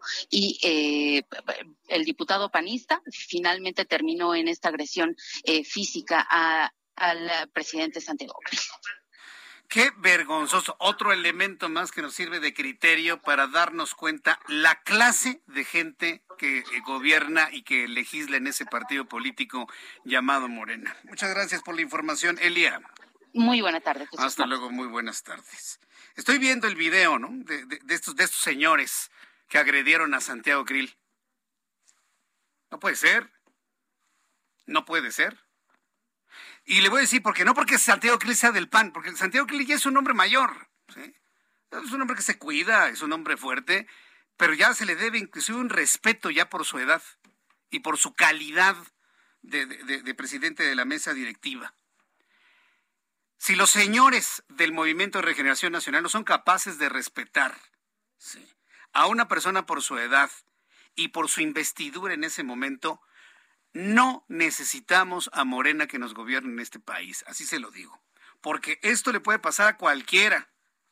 y el diputado panista. Finalmente terminó en esta agresión física al presidente Santiago Krill. Qué vergonzoso. Otro elemento más que nos sirve de criterio para darnos cuenta la clase de gente que gobierna y que legisla en ese partido político llamado Morena. Muchas gracias por la información, Elia. Muy buena tarde, Jesús. Hasta luego, muy buenas tardes. Estoy viendo el video, ¿no? De estos señores que agredieron a Santiago Krill. No puede ser. No puede ser. Y le voy a decir por qué. No porque Santiago Krill sea del PAN, porque Santiago Krill ya es un hombre mayor, ¿sí? Es un hombre que se cuida, es un hombre fuerte, pero ya se le debe inclusive un respeto ya por su edad y por su calidad de presidente de la mesa directiva. Si los señores del Movimiento de Regeneración Nacional no son capaces de respetar, ¿sí?, a una persona por su edad y por su investidura en ese momento, no necesitamos a Morena que nos gobierne en este país, así se lo digo, porque esto le puede pasar a cualquiera,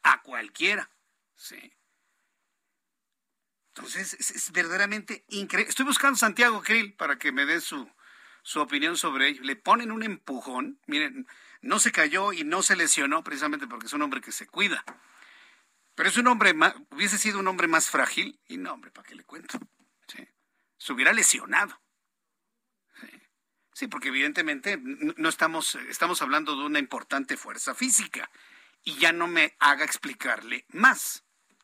sí. Entonces, es verdaderamente increíble. Estoy buscando a Santiago Krill para que me dé su opinión sobre ello. Le ponen un empujón, miren, no se cayó y no se lesionó precisamente porque es un hombre que se cuida, pero es un hombre hubiese sido un hombre más frágil, y no, hombre, ¿para qué le cuento? ¿Sí? Se hubiera lesionado. Sí, porque evidentemente no estamos hablando de una importante fuerza física, y ya no me haga explicarle más.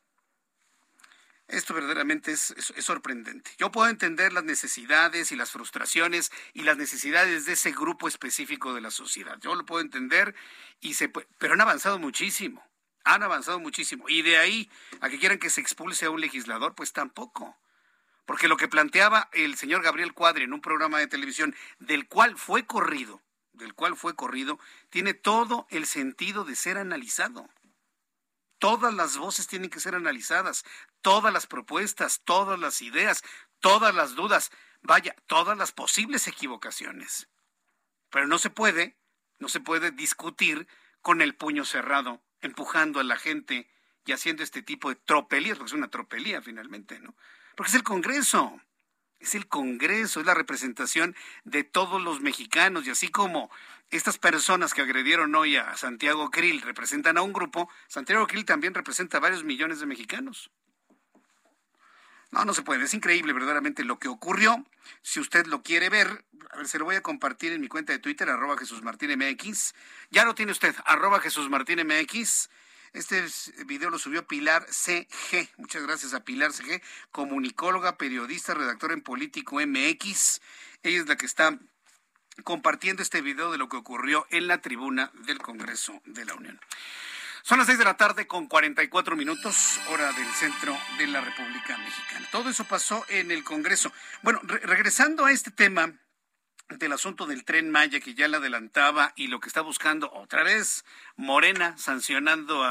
Esto verdaderamente es sorprendente. Yo puedo entender las necesidades y las frustraciones y las necesidades de ese grupo específico de la sociedad. Yo lo puedo entender, pero han avanzado muchísimo. Y de ahí a que quieran que se expulse a un legislador, pues tampoco. Porque lo que planteaba el señor Gabriel Cuadri en un programa de televisión, del cual fue corrido, tiene todo el sentido de ser analizado. Todas las voces tienen que ser analizadas, todas las propuestas, todas las ideas, todas las dudas, vaya, todas las posibles equivocaciones. Pero no se puede discutir con el puño cerrado, empujando a la gente y haciendo este tipo de tropelías, porque es una tropelía finalmente, ¿no? Porque es el Congreso, es la representación de todos los mexicanos, y así como estas personas que agredieron hoy a Santiago Krill representan a un grupo, Santiago Krill también representa a varios millones de mexicanos. No se puede, es increíble verdaderamente lo que ocurrió. Si usted lo quiere ver, a ver, se lo voy a compartir en mi cuenta de Twitter, @JesusMartinMX. Ya lo tiene usted, @JesusMartinMX. Este video lo subió Pilar CG. Muchas gracias a Pilar CG, comunicóloga, periodista, redactora en Político MX. Ella es la que está compartiendo este video de lo que ocurrió en la tribuna del Congreso de la Unión. Son las 6:44 p.m, hora del centro de la República Mexicana. Todo eso pasó en el Congreso. Bueno, regresando a este tema del asunto del Tren Maya, que ya le adelantaba, y lo que está buscando otra vez Morena, sancionando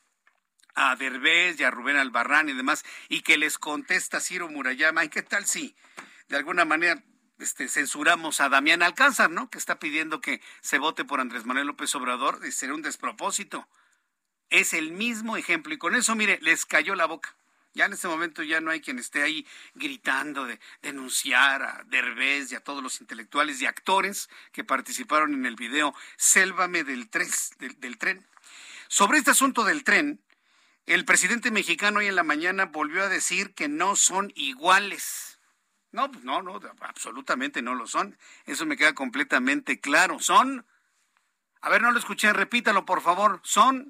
a Derbez y a Rubén Albarrán y demás, y que les contesta Ciro Murayama, ¿y qué tal si de alguna manera censuramos a Damián Alcázar, ¿no? Que está pidiendo que se vote por Andrés Manuel López Obrador, y será un despropósito. Es el mismo ejemplo, y con eso, mire, les cayó la boca. Ya en este momento ya no hay quien esté ahí gritando de denunciar a Derbez y a todos los intelectuales y actores que participaron en el video Sélvame del tren. Sobre este asunto del tren, el presidente mexicano hoy en la mañana volvió a decir que no son iguales. No, absolutamente no lo son. Eso me queda completamente claro. Son, a ver, no lo escuché, repítalo por favor, son...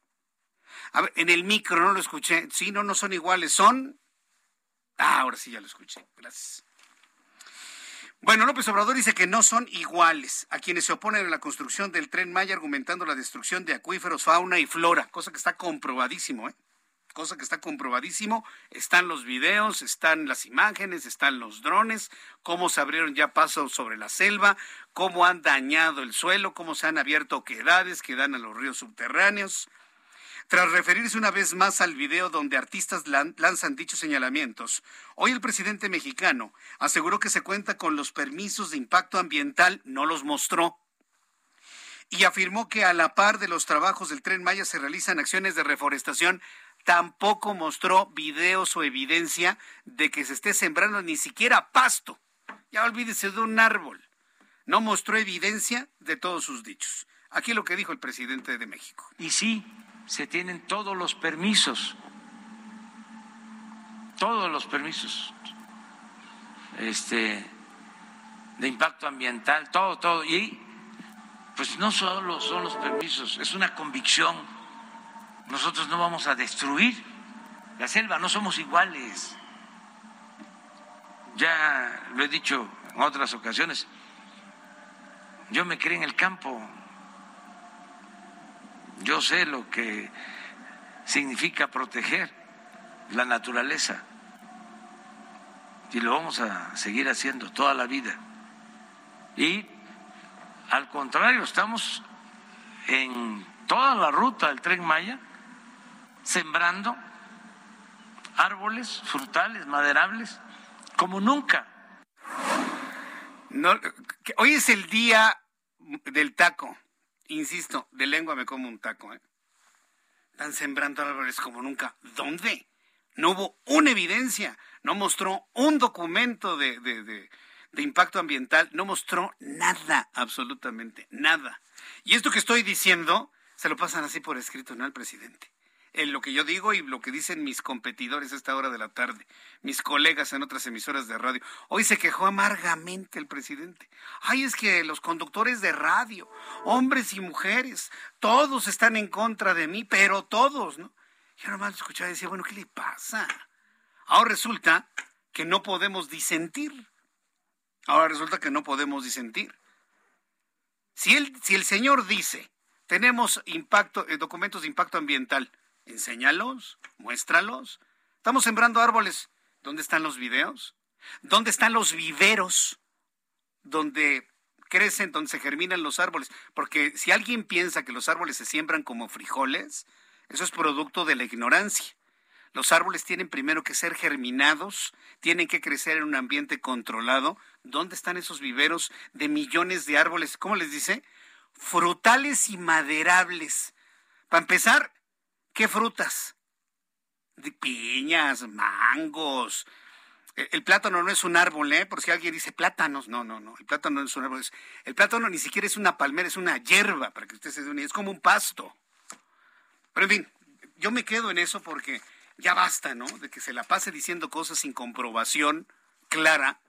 A ver, en el micro no lo escuché. Sí, no son iguales, son... ahora sí ya lo escuché, gracias. Bueno, López Obrador dice que no son iguales a quienes se oponen a la construcción del Tren Maya, argumentando la destrucción de acuíferos, fauna y flora, cosa que está comprobadísimo, Están los videos, están las imágenes, están los drones, cómo se abrieron ya pasos sobre la selva, cómo han dañado el suelo, cómo se han abierto oquedades que dan a los ríos subterráneos. Tras referirse una vez más al video donde artistas lanzan dichos señalamientos, hoy el presidente mexicano aseguró que se cuenta con los permisos de impacto ambiental, no los mostró, y afirmó que a la par de los trabajos del Tren Maya se realizan acciones de reforestación. Tampoco mostró videos o evidencia de que se esté sembrando ni siquiera pasto. Ya olvídese de un árbol. No mostró evidencia de todos sus dichos. Aquí lo que dijo el presidente de México. Y sí, se tienen todos los permisos de impacto ambiental, todo. Y pues no solo son los permisos, es una convicción. Nosotros no vamos a destruir la selva, no somos iguales. Ya lo he dicho en otras ocasiones, yo me crié en el campo. Yo sé lo que significa proteger la naturaleza y lo vamos a seguir haciendo toda la vida. Y al contrario, estamos en toda la ruta del Tren Maya sembrando árboles frutales, maderables, como nunca. No, hoy es el día del taco. Insisto, de lengua me como un taco, Están sembrando árboles como nunca. ¿Dónde? No hubo una evidencia, no mostró un documento de impacto ambiental, no mostró nada, absolutamente nada. Y esto que estoy diciendo, se lo pasan así por escrito, ¿no? Al presidente. Lo que yo digo y lo que dicen mis competidores a esta hora de la tarde, mis colegas en otras emisoras de radio. Hoy se quejó amargamente el presidente. Ay, es que los conductores de radio, hombres y mujeres, todos están en contra de mí, pero todos, ¿no? Yo nomás lo escuchaba y decía, bueno, ¿qué le pasa? Ahora resulta que no podemos disentir. Si el señor dice, tenemos documentos de impacto ambiental, enséñalos, muéstralos. Estamos sembrando árboles. ¿Dónde están los videos? ¿Dónde están los viveros donde crecen, donde se germinan los árboles? Porque si alguien piensa que los árboles se siembran como frijoles, eso es producto de la ignorancia. Los árboles tienen primero que ser germinados, tienen que crecer en un ambiente controlado. ¿Dónde están esos viveros de millones de árboles? ¿Cómo les dice? Frutales y maderables. Para empezar, ¿qué frutas? De piñas, mangos. El plátano no es un árbol, por si alguien dice plátanos. No. El plátano no es un árbol. El plátano ni siquiera es una palmera, es una hierba, para que usted se dé una idea. Es como un pasto. Pero en fin, yo me quedo en eso porque ya basta, ¿no? De que se la pase diciendo cosas sin comprobación clara,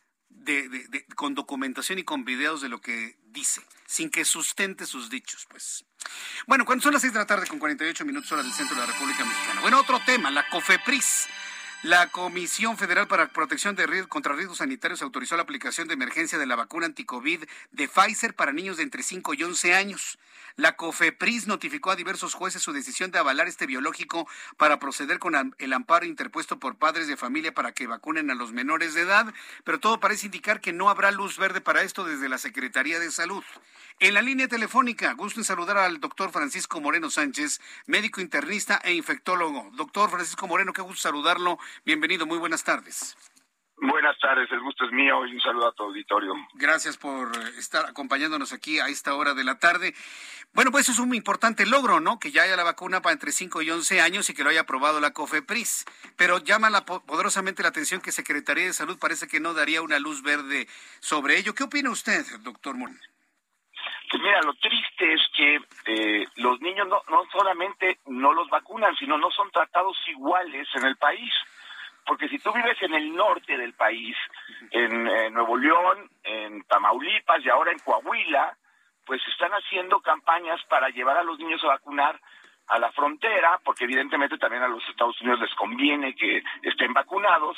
con documentación y con videos de lo que dice, sin que sustente sus dichos, pues. Bueno, cuando son las 6 de la tarde con 48 minutos hora del centro de la República Mexicana. Bueno, otro tema, la COFEPRIS. La Comisión Federal para Protección contra Riesgos Sanitarios autorizó la aplicación de emergencia de la vacuna anticovid de Pfizer para niños de entre 5 y 11 años. La COFEPRIS notificó a diversos jueces su decisión de avalar este biológico para proceder con el amparo interpuesto por padres de familia para que vacunen a los menores de edad, pero todo parece indicar que no habrá luz verde para esto desde la Secretaría de Salud. En la línea telefónica, gusto en saludar al doctor Francisco Moreno Sánchez, médico internista e infectólogo. Doctor Francisco Moreno, qué gusto saludarlo. Bienvenido, muy buenas tardes. Buenas tardes, el gusto es mío y un saludo a tu auditorio. Gracias por estar acompañándonos aquí a esta hora de la tarde. Bueno, pues eso es un importante logro, ¿no? Que ya haya la vacuna para entre 5 y 11 años y que lo haya aprobado la COFEPRIS. Pero llama poderosamente la atención que Secretaría de Salud parece que no daría una luz verde sobre ello. ¿Qué opina usted, doctor Moreno? Pues mira, lo triste es que los niños no solamente no los vacunan, sino no son tratados iguales en el país. Porque si tú vives en el norte del país, en Nuevo León, en Tamaulipas y ahora en Coahuila, pues están haciendo campañas para llevar a los niños a vacunar a la frontera, porque evidentemente también a los Estados Unidos les conviene que estén vacunados,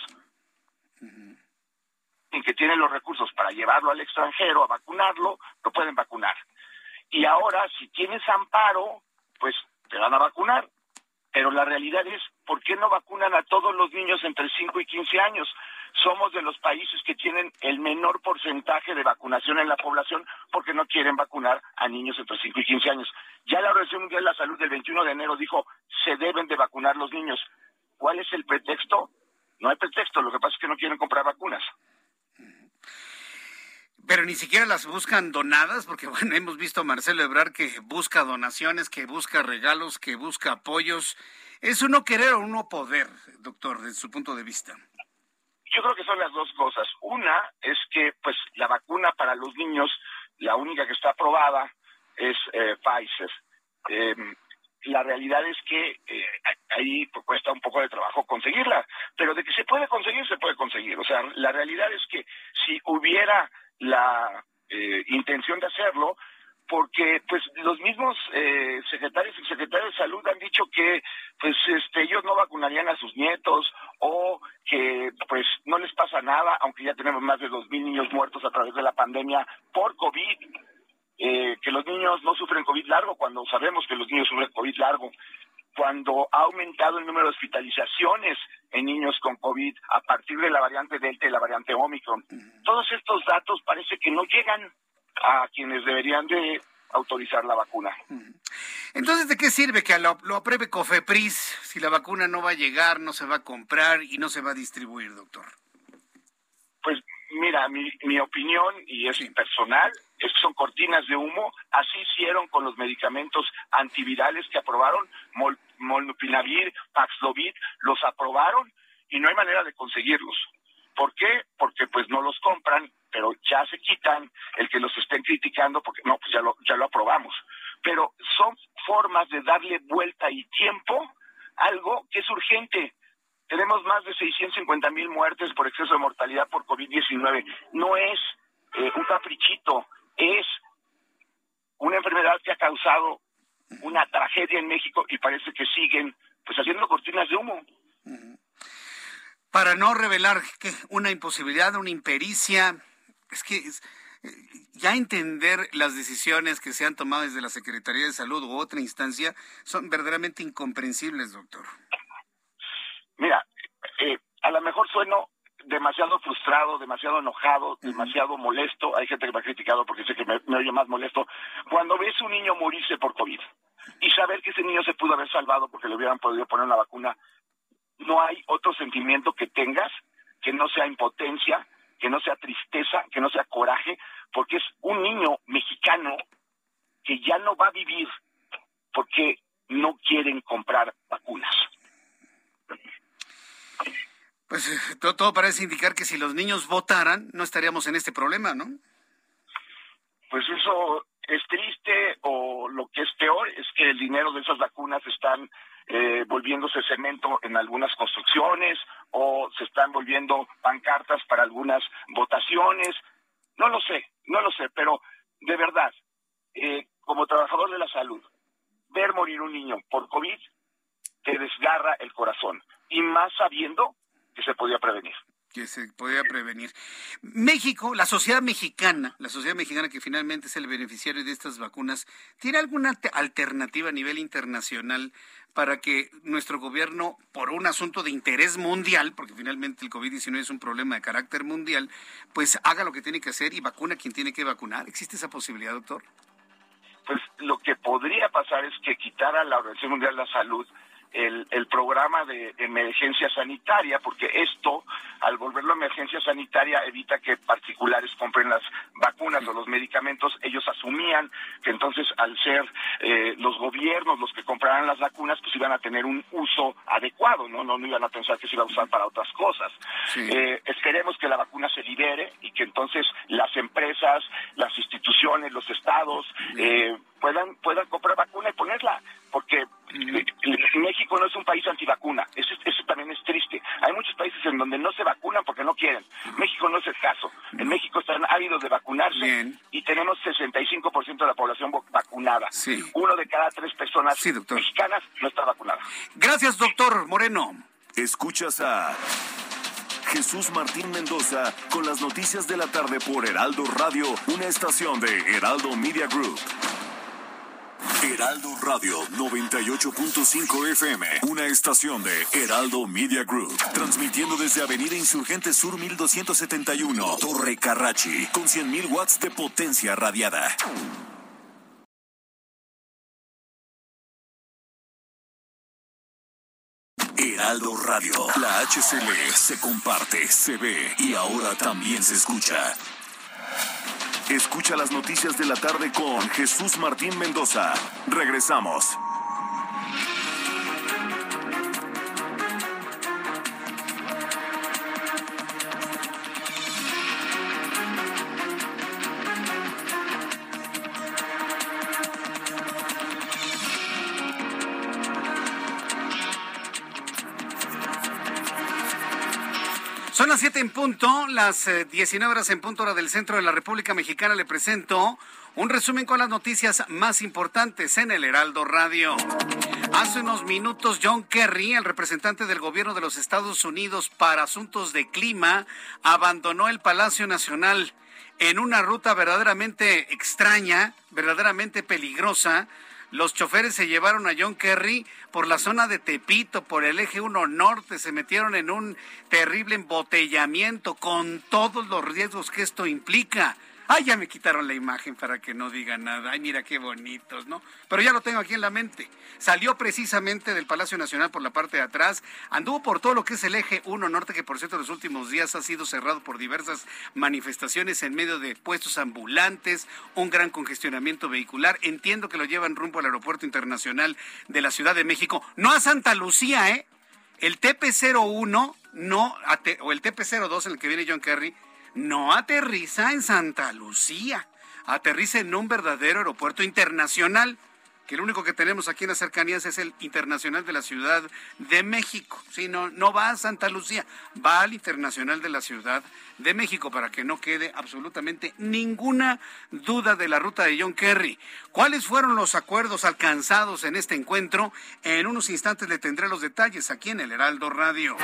y que tienen los recursos para llevarlo al extranjero a vacunarlo, lo pueden vacunar. Y ahora, si tienes amparo, pues te van a vacunar. Pero la realidad es, ¿por qué no vacunan a todos los niños entre 5 y 15 años? Somos de los países que tienen el menor porcentaje de vacunación en la población porque no quieren vacunar a niños entre 5 y 15 años. Ya la Organización Mundial de la Salud del 21 de enero dijo, se deben de vacunar los niños. ¿Cuál es el pretexto? No hay pretexto, lo que pasa es que no quieren comprar vacunas. Pero ni siquiera las buscan donadas, porque bueno, hemos visto a Marcelo Ebrard que busca donaciones, que busca regalos, que busca apoyos. ¿Es uno querer o uno poder, doctor, desde su punto de vista? Yo creo que son las dos cosas. Una es que pues la vacuna para los niños, la única que está aprobada es Pfizer. La realidad es que ahí pues, cuesta un poco de trabajo conseguirla, pero de que se puede conseguir, se puede conseguir. O sea, la realidad es que si hubiera la intención de hacerlo, porque pues los mismos secretarios y secretarias de salud han dicho que pues ellos no vacunarían a sus nietos o que pues no les pasa nada, aunque ya tenemos más de 2,000 niños muertos a través de la pandemia por COVID, que los niños no sufren COVID largo cuando sabemos que los niños sufren COVID largo, cuando ha aumentado el número de hospitalizaciones en niños con COVID a partir de la variante Delta y la variante Omicron. Todos estos datos parece que no llegan a quienes deberían de autorizar la vacuna. Entonces, ¿de qué sirve que lo apruebe COFEPRIS si la vacuna no va a llegar, no se va a comprar y no se va a distribuir, doctor? Pues mira, mi opinión, y es personal, son cortinas de humo. Así hicieron con los medicamentos antivirales que aprobaron, Molnupiravir, Paxlovid, los aprobaron y no hay manera de conseguirlos. ¿Por qué? Porque pues no los compran, pero ya se quitan el que los estén criticando porque no, pues ya lo aprobamos. Pero son formas de darle vuelta y tiempo a algo que es urgente. Tenemos más de 650,000 muertes por exceso de mortalidad por COVID-19. No es un caprichito, es una enfermedad que ha causado una tragedia en México y parece que siguen pues haciendo cortinas de humo. Para no revelar una imposibilidad, una impericia, es que ya entender las decisiones que se han tomado desde la Secretaría de Salud u otra instancia son verdaderamente incomprensibles, doctor. Mira, a lo mejor sueno demasiado frustrado, demasiado enojado, demasiado molesto. Hay gente que me ha criticado porque sé que me oye más molesto. Cuando ves un niño morirse por COVID y saber que ese niño se pudo haber salvado porque le hubieran podido poner una vacuna, no hay otro sentimiento que tengas que no sea impotencia, que no sea tristeza, que no sea coraje, porque es un niño mexicano que ya no va a vivir porque no quieren comprar vacunas. Pues todo parece indicar que si los niños votaran, no estaríamos en este problema, ¿no? Pues eso es triste, o lo que es peor es que el dinero de esas vacunas están volviéndose cemento en algunas construcciones, o se están volviendo pancartas para algunas votaciones. No lo sé, pero de verdad, como trabajador de la salud, ver morir un niño por COVID te desgarra el corazón, y más sabiendo que se podía prevenir. México, la sociedad mexicana que finalmente es el beneficiario de estas vacunas, ¿tiene alguna alternativa a nivel internacional para que nuestro gobierno, por un asunto de interés mundial, porque finalmente el COVID-19 es un problema de carácter mundial, pues haga lo que tiene que hacer y vacuna a quien tiene que vacunar? ¿Existe esa posibilidad, doctor? Pues lo que podría pasar es que quitara la Organización Mundial de la Salud el programa de emergencia sanitaria, porque esto, al volverlo emergencia sanitaria, evita que particulares compren las vacunas o los medicamentos. Ellos asumían que entonces, al ser los gobiernos los que compraran las vacunas, pues iban a tener un uso adecuado, no iban a pensar que se iba a usar para otras cosas. Sí. Esperemos que la vacuna se libere y que entonces las empresas, las instituciones, los estados puedan comprar vacuna y ponerla, porque México no es un país antivacuna. Eso también es triste. Hay muchos países en donde no se vacunan porque no quieren. México no es el caso. En México están ávidos de vacunarse y tenemos 65% de la población vacunada. Sí. 1 de cada 3 personas mexicanas no está vacunada. Gracias, doctor Moreno. Escuchas a Jesús Martín Mendoza con las noticias de la tarde por Heraldo Radio, una estación de Heraldo Media Group. Heraldo Radio 98.5 FM, una estación de Heraldo Media Group, transmitiendo desde Avenida Insurgente Sur 1271, Torre Carrachi, con 100,000 watts de potencia radiada. Heraldo Radio, la HCL se comparte, se ve y ahora también se escucha. Escucha las noticias de la tarde con Jesús Martín Mendoza. Regresamos. Son las 7 en punto, las 19 horas en punto, hora del centro de la República Mexicana. Le presento un resumen con las noticias más importantes en el Heraldo Radio. Hace unos minutos, John Kerry, el representante del gobierno de los Estados Unidos para asuntos de clima, abandonó el Palacio Nacional en una ruta verdaderamente extraña, verdaderamente peligrosa. Los choferes se llevaron a John Kerry por la zona de Tepito, por el eje 1 norte, se metieron en un terrible embotellamiento con todos los riesgos que esto implica. Ay, ya me quitaron la imagen para que no diga nada. Ay, mira qué bonitos, ¿no? Pero ya lo tengo aquí en la mente. Salió precisamente del Palacio Nacional por la parte de atrás, anduvo por todo lo que es el eje 1 norte, que por cierto en los últimos días ha sido cerrado por diversas manifestaciones en medio de puestos ambulantes, un gran congestionamiento vehicular. Entiendo que lo llevan rumbo al Aeropuerto Internacional de la Ciudad de México. No a Santa Lucía, ¿eh? El TP-01 o el TP-02 en el que viene John Kerry no aterriza en Santa Lucía, aterriza en un verdadero aeropuerto internacional, que el único que tenemos aquí en las cercanías es el Internacional de la Ciudad de México. Sí, no va a Santa Lucía, va al Internacional de la Ciudad de México, para que no quede absolutamente ninguna duda de la ruta de John Kerry. ¿Cuáles fueron los acuerdos alcanzados en este encuentro? En unos instantes le tendré los detalles aquí en el Heraldo Radio.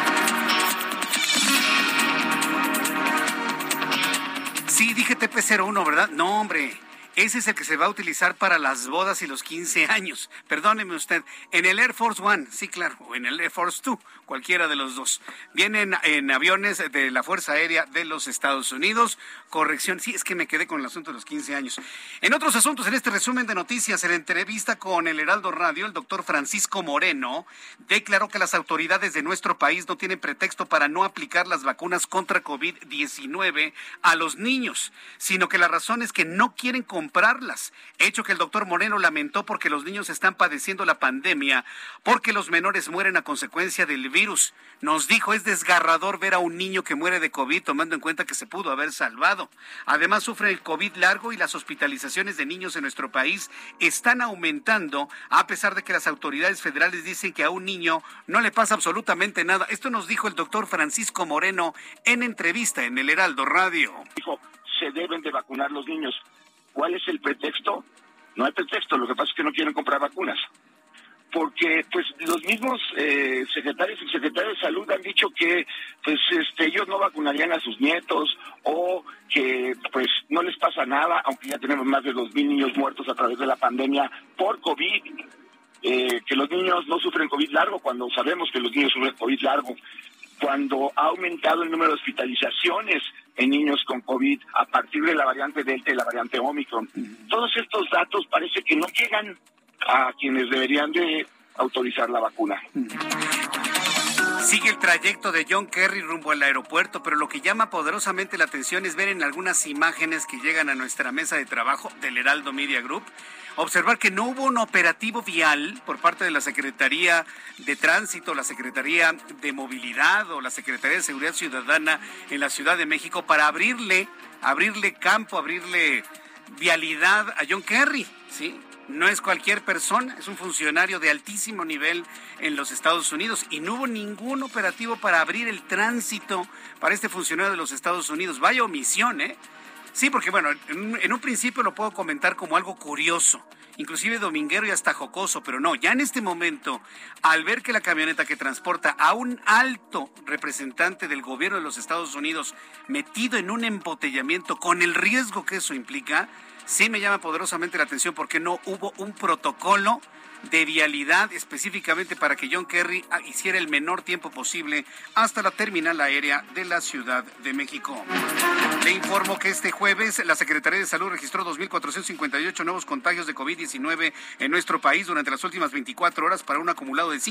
Sí, dije TP-01, ¿verdad? No, hombre. Ese es el que se va a utilizar para las bodas y los 15 años. Perdóneme usted, en el Air Force One, sí, claro, o en el Air Force Two, cualquiera de los dos. Vienen en aviones de la Fuerza Aérea de los Estados Unidos. Corrección, sí, es que me quedé con el asunto de los 15 años. En otros asuntos, en este resumen de noticias, en la entrevista con el Heraldo Radio, el doctor Francisco Moreno declaró que las autoridades de nuestro país no tienen pretexto para no aplicar las vacunas contra COVID-19 a los niños, sino que la razón es que no quieren comprarlas, hecho que el doctor Moreno lamentó porque los niños están padeciendo la pandemia, porque los menores mueren a consecuencia del virus. Nos dijo, es desgarrador ver a un niño que muere de COVID, tomando en cuenta que se pudo haber salvado. Además, sufre el COVID largo y las hospitalizaciones de niños en nuestro país están aumentando, a pesar de que las autoridades federales dicen que a un niño no le pasa absolutamente nada. Esto nos dijo el doctor Francisco Moreno en entrevista en el Heraldo Radio. Dijo, se deben de vacunar los niños. ¿Cuál es el pretexto? No hay pretexto, lo que pasa es que no quieren comprar vacunas. Porque pues los mismos secretarios y secretarias de salud han dicho que pues ellos no vacunarían a sus nietos o que pues no les pasa nada, aunque ya tenemos más de 2,000 niños muertos a través de la pandemia por COVID. Que los niños no sufren COVID largo cuando sabemos que los niños sufren COVID largo. Cuando ha aumentado el número de hospitalizaciones en niños con COVID a partir de la variante Delta y la variante Omicron. Todos estos datos parece que no llegan a quienes deberían de autorizar la vacuna. Sigue el trayecto de John Kerry rumbo al aeropuerto, pero lo que llama poderosamente la atención es ver en algunas imágenes que llegan a nuestra mesa de trabajo del Heraldo Media Group, observar que no hubo un operativo vial por parte de la Secretaría de Tránsito, la Secretaría de Movilidad o la Secretaría de Seguridad Ciudadana en la Ciudad de México para abrirle campo, abrirle vialidad a John Kerry, ¿sí? No es cualquier persona, es un funcionario de altísimo nivel en los Estados Unidos y no hubo ningún operativo para abrir el tránsito para este funcionario de los Estados Unidos. Vaya omisión, ¿eh? Sí, porque bueno, en un principio lo puedo comentar como algo curioso, inclusive dominguero y hasta jocoso, pero no, ya en este momento, al ver que la camioneta que transporta a un alto representante del gobierno de los Estados Unidos metido en un embotellamiento con el riesgo que eso implica, sí me llama poderosamente la atención porque no hubo un protocolo de vialidad específicamente para que John Kerry hiciera el menor tiempo posible hasta la terminal aérea de la Ciudad de México. Le informo que este jueves la Secretaría de Salud registró 2,458 nuevos contagios de COVID-19 en nuestro país durante las últimas 24 horas para un acumulado de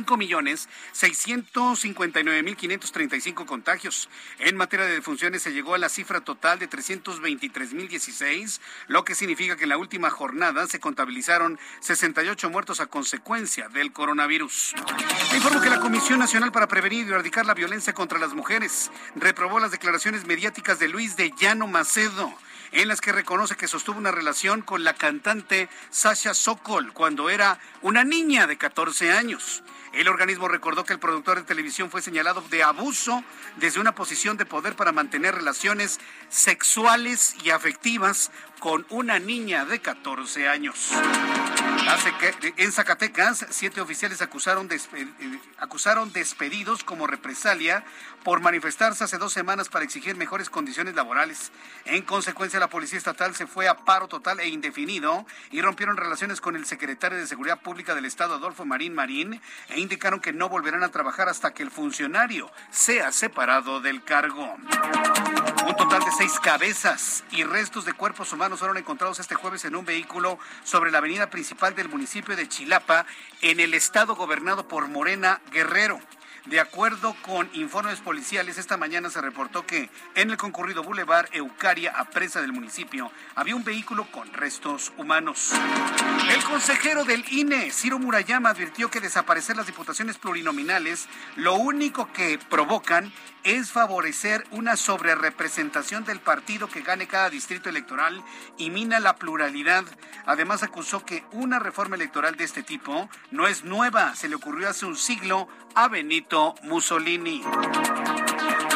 5,659,535 contagios. En materia de defunciones se llegó a la cifra total de 323,016, lo que significa que en la última jornada se contabilizaron 68 muertos a consecuencia del coronavirus. Le informo que la Comisión Nacional para Prevenir y Erradicar la Violencia contra las Mujeres reprobó las declaraciones mediáticas de Luis de Llano Macedo, en las que reconoce que sostuvo una relación con la cantante Sasha Sokol cuando era una niña de 14 años. El organismo recordó que el productor de televisión fue señalado de abuso desde una posición de poder para mantener relaciones sexuales y afectivas con una niña de 14 años. En Zacatecas, 7 oficiales acusaron despedidos como represalia por manifestarse hace 2 semanas para exigir mejores condiciones laborales. En consecuencia, la Policía Estatal se fue a paro total e indefinido y rompieron relaciones con el secretario de Seguridad Pública del Estado, Adolfo Marín, e indicaron que no volverán a trabajar hasta que el funcionario sea separado del cargo. Un total de 6 cabezas y restos de cuerpos humanos fueron encontrados este jueves en un vehículo sobre la avenida principal del municipio de Chilapa, en el estado gobernado por Morena, Guerrero. De acuerdo con informes policiales, esta mañana se reportó que en el concurrido Boulevard Eucaria, a presa del municipio, había un vehículo con restos humanos. El consejero del INE, Ciro Murayama, advirtió que desaparecer las diputaciones plurinominales lo único que provocan es favorecer una sobrerepresentación del partido que gane cada distrito electoral y mina la pluralidad. Además, acusó que una reforma electoral de este tipo no es nueva, se le ocurrió hace un siglo a Benito Mussolini.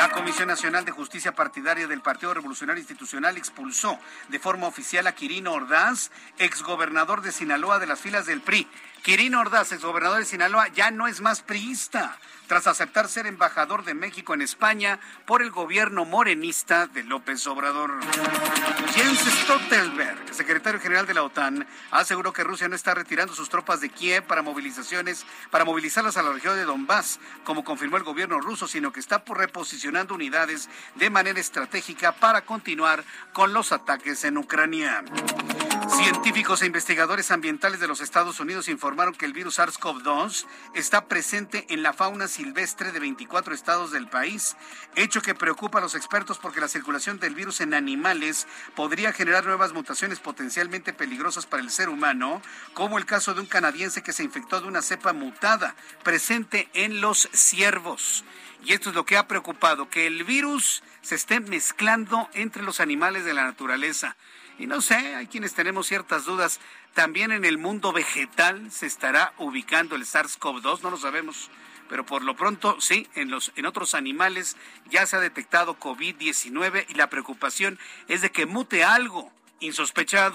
La Comisión Nacional de Justicia Partidaria del Partido Revolucionario Institucional expulsó de forma oficial a Quirino Ordaz, exgobernador de Sinaloa, de las filas del PRI. Quirino Ordaz, exgobernador de Sinaloa, ya no es más priista, tras aceptar ser embajador de México en España por el gobierno morenista de López Obrador. Jens Stoltenberg, secretario general de la OTAN, aseguró que Rusia no está retirando sus tropas de Kiev para movilizarlas a la región de Donbass, como confirmó el gobierno ruso, sino que está reposicionando unidades de manera estratégica para continuar con los ataques en Ucrania. Científicos e investigadores ambientales de los Estados Unidos informaron que el virus SARS-CoV-2 está presente en la fauna silvestre de 24 estados del país, hecho que preocupa a los expertos porque la circulación del virus en animales podría generar nuevas mutaciones potencialmente peligrosas para el ser humano, como el caso de un canadiense que se infectó de una cepa mutada presente en los ciervos. Y esto es lo que ha preocupado, que el virus se esté mezclando entre los animales de la naturaleza. Y no sé, hay quienes tenemos ciertas dudas. También en el mundo vegetal se estará ubicando el SARS-CoV-2, no lo sabemos. Pero por lo pronto, sí, en otros animales ya se ha detectado COVID-19 y la preocupación es de que mute algo insospechado.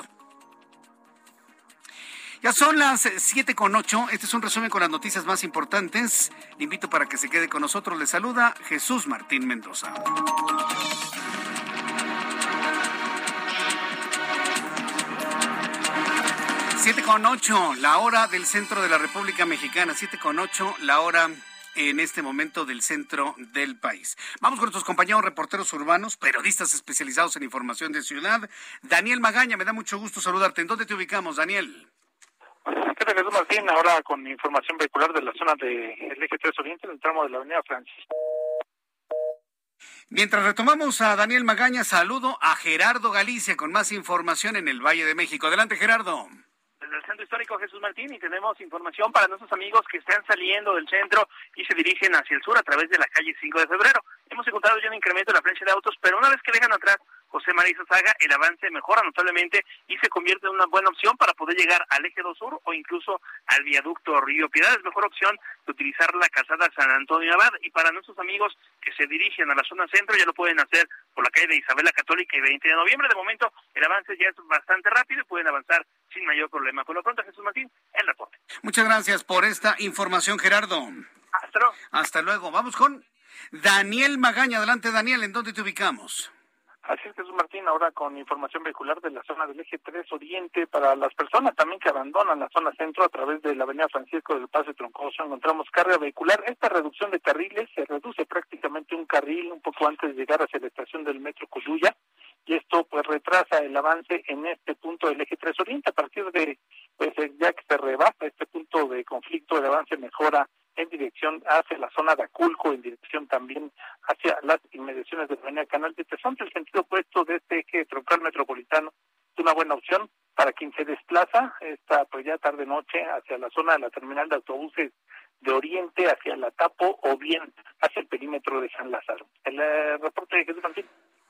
Ya son las 7:08. Este es un resumen con las noticias más importantes. Le invito para que se quede con nosotros. Le saluda Jesús Martín Mendoza. Siete con ocho, la hora del centro de la República Mexicana. 7:08, la hora en este momento del centro del país. Vamos con nuestros compañeros reporteros urbanos, periodistas especializados en información de ciudad. Daniel Magaña, me da mucho gusto saludarte. ¿En dónde te ubicamos, Daniel? ¿Qué tal, Jesús Martín? Ahora con información vehicular de la zona del Eje 3 Oriente, en el tramo de la Avenida Francisco. Mientras retomamos a Daniel Magaña, saludo a Gerardo Galicia con más información en el Valle de México. Adelante, Gerardo. Desde el Centro Histórico Jesús Martín, y tenemos información para nuestros amigos que están saliendo del centro y se dirigen hacia el sur a través de la calle 5 de febrero. Hemos encontrado ya un incremento de la afluencia de autos, pero una vez que dejan atrás José María Saga, el avance mejora notablemente y se convierte en una buena opción para poder llegar al Eje 2 Sur o incluso al viaducto Río Piedad. Es mejor opción de utilizar la calzada San Antonio Abad, y para nuestros amigos que se dirigen a la zona centro ya lo pueden hacer por la calle de Isabel la Católica y 20 de noviembre. De momento el avance ya es bastante rápido y pueden avanzar sin mayor problema. Por lo pronto, Jesús Martín, el reporte. Muchas gracias por esta información, Gerardo. Hasta luego. Hasta luego. Vamos con Daniel Magaña. Adelante, Daniel, ¿en dónde te ubicamos? Así es, Jesús Martín, ahora con información vehicular de la zona del Eje 3 Oriente. Para las personas también que abandonan la zona centro a través de la Avenida Francisco del Pase Troncoso, encontramos carga vehicular. Esta reducción de carriles se reduce prácticamente un carril un poco antes de llegar hacia la estación del Metro Coyuya, y esto pues retrasa el avance en este punto del Eje 3 Oriente. A partir de, ya que se rebasa este punto de conflicto, el avance mejora en dirección hacia la zona de Aculco, en dirección también hacia las inmediaciones de la avenida Canal de Tezontle. El sentido opuesto de este eje troncal metropolitano es una buena opción para quien se desplaza esta pues ya tarde-noche hacia la zona de la terminal de autobuses de Oriente, hacia la Tapo o bien hacia el perímetro de San Lázaro. El reporte de Jesús Martín.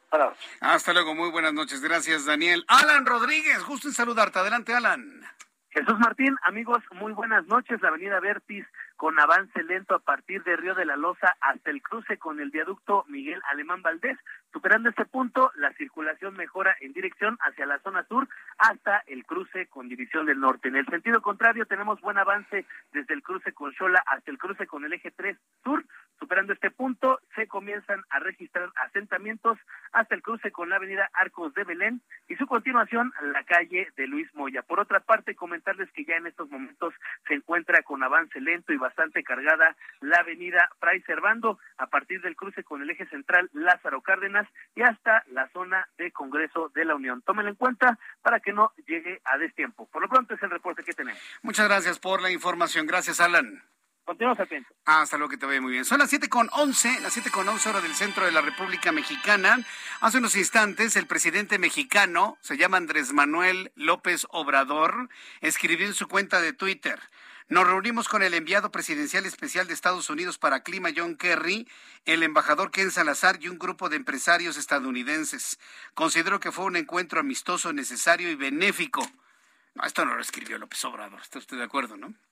Hasta luego, muy buenas noches. Gracias, Daniel. Alan Rodríguez, gusto en saludarte. Adelante, Alan. Jesús Martín, amigos, muy buenas noches. La avenida Vertis con avance lento a partir de Río de la Loza hasta el cruce con el viaducto Miguel Alemán Valdés. Superando este punto, la circulación mejora en dirección hacia la zona sur hasta el cruce con División del Norte. En el sentido contrario, tenemos buen avance desde el cruce con Xola hasta el cruce con el Eje 3 Sur. Superando este punto, se comienzan a registrar asentamientos hasta el cruce con la avenida Arcos de Belén y su continuación la calle de Luis Moya. Por otra parte, comentarles que ya en estos momentos se encuentra con avance lento y bastante cargada la avenida Fray Servando a partir del cruce con el eje central Lázaro Cárdenas y hasta la zona de Congreso de la Unión. Tómenlo en cuenta para que no llegue a destiempo. Por lo pronto es el reporte que tenemos. Muchas gracias por la información. Gracias, Alan. Continuamos atentos. Hasta luego, que te vaya muy bien. Son las 7:11, las 7:11 hora del centro de la República Mexicana. Hace unos instantes, el presidente mexicano, se llama Andrés Manuel López Obrador, escribió en su cuenta de Twitter: nos reunimos con el enviado presidencial especial de Estados Unidos para Clima, John Kerry, el embajador Ken Salazar y un grupo de empresarios estadounidenses. Considero que fue un encuentro amistoso, necesario y benéfico. No, esto no lo escribió López Obrador, ¿está usted de acuerdo, no?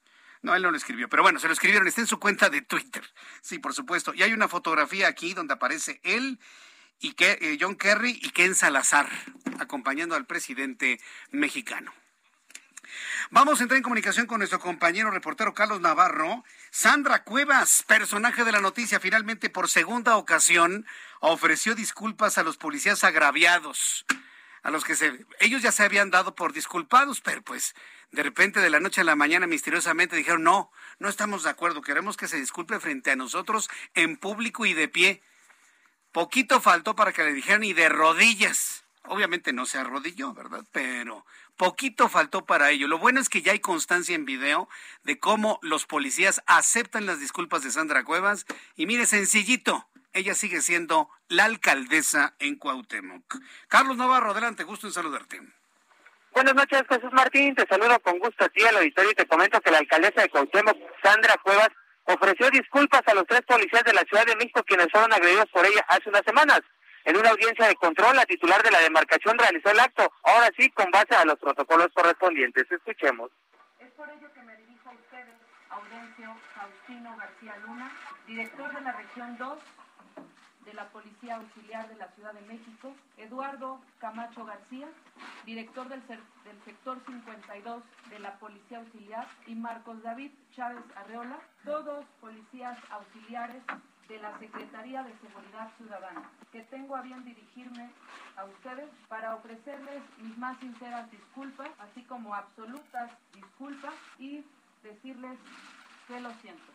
No, él no lo escribió, pero bueno, se lo escribieron, está en su cuenta de Twitter. Sí, por supuesto. Y hay una fotografía aquí donde aparece él y John Kerry y Ken Salazar, acompañando al presidente mexicano. Vamos a entrar en comunicación con nuestro compañero reportero Carlos Navarro. Sandra Cuevas, personaje de la noticia, finalmente por segunda ocasión ofreció disculpas a los policías agraviados, a los que ellos ya se habían dado por disculpados, pero pues de repente de la noche a la mañana misteriosamente dijeron no estamos de acuerdo, queremos que se disculpe frente a nosotros en público y de pie. Poquito faltó para que le dijeran y de rodillas. Obviamente no se arrodilló, ¿verdad? Pero poquito faltó para ello. Lo bueno es que ya hay constancia en video de cómo los policías aceptan las disculpas de Sandra Cuevas. Y mire, sencillito, ella sigue siendo la alcaldesa en Cuauhtémoc. Carlos Navarro, adelante, gusto en saludarte. Buenas noches, Jesús Martín, te saludo con gusto a ti al auditorio y te comento que la alcaldesa de Cuauhtémoc, Sandra Cuevas, ofreció disculpas a los 3 policías de la Ciudad de México quienes fueron agredidos por ella hace unas semanas. En una audiencia de control, la titular de la demarcación realizó el acto, ahora sí, con base a los protocolos correspondientes. Escuchemos. Es por ello que me dirijo a ustedes, Audencio Faustino García Luna, director de la región 2 de la Policía Auxiliar de la Ciudad de México, Eduardo Camacho García, director del sector 52 de la Policía Auxiliar, y Marcos David Chávez Arreola, todos policías auxiliares de la Secretaría de Seguridad Ciudadana, que tengo a bien dirigirme a ustedes para ofrecerles mis más sinceras disculpas, así como absolutas disculpas, y decirles que lo siento.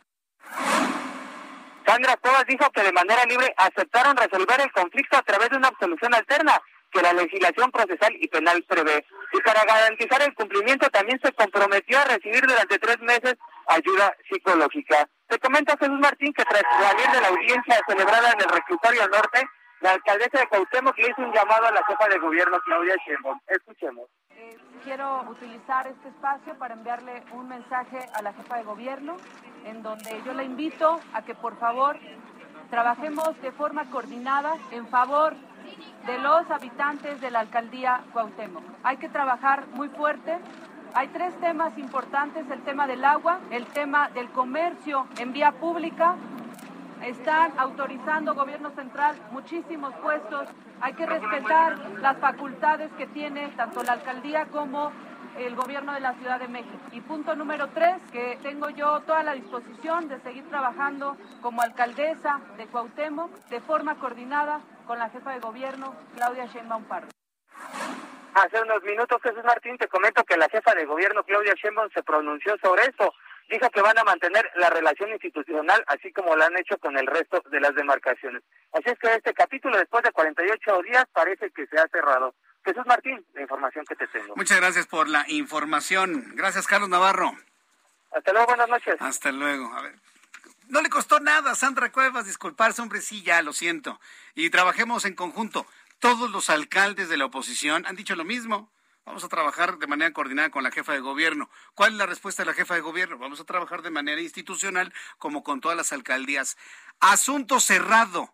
Sandra Cuevas dijo que de manera libre aceptaron resolver el conflicto a través de una absolución alterna que la legislación procesal y penal prevé. Y para garantizar el cumplimiento también se comprometió a recibir durante 3 meses ayuda psicológica. Te comento, Jesús Martín, que tras salir de la audiencia celebrada en el Reclusorio Norte, la alcaldesa de Cuauhtémoc le hizo un llamado a la jefa de gobierno, Claudia Sheinbaum. Escuchemos. Quiero utilizar este espacio para enviarle un mensaje a la jefa de gobierno, en donde yo la invito a que por favor trabajemos de forma coordinada en favor de los habitantes de la alcaldía Cuauhtémoc. Hay que trabajar muy fuerte. Hay 3 temas importantes: el tema del agua, el tema del comercio en vía pública. Están autorizando gobierno central muchísimos puestos. Hay que respetar las facultades que tiene tanto la alcaldía como el gobierno de la Ciudad de México. Y punto número 3, que tengo yo toda la disposición de seguir trabajando como alcaldesa de Cuauhtémoc de forma coordinada con la jefa de gobierno, Claudia Sheinbaum Pardo. Hace unos minutos, Jesús Martín, te comento que la jefa de gobierno, Claudia Sheinbaum, se pronunció sobre esto. Dijo que van a mantener la relación institucional, así como lo han hecho con el resto de las demarcaciones. Así es que este capítulo, después de 48 días, parece que se ha cerrado. Jesús Martín, la información que te tengo. Muchas gracias por la información. Gracias, Carlos Navarro. Hasta luego, buenas noches. Hasta luego. A ver, no le costó nada a Sandra Cuevas disculparse, hombre, sí, ya, lo siento. Y trabajemos en conjunto. Todos los alcaldes de la oposición han dicho lo mismo. Vamos a trabajar de manera coordinada con la jefa de gobierno. ¿Cuál es la respuesta de la jefa de gobierno? Vamos a trabajar de manera institucional como con todas las alcaldías. Asunto cerrado.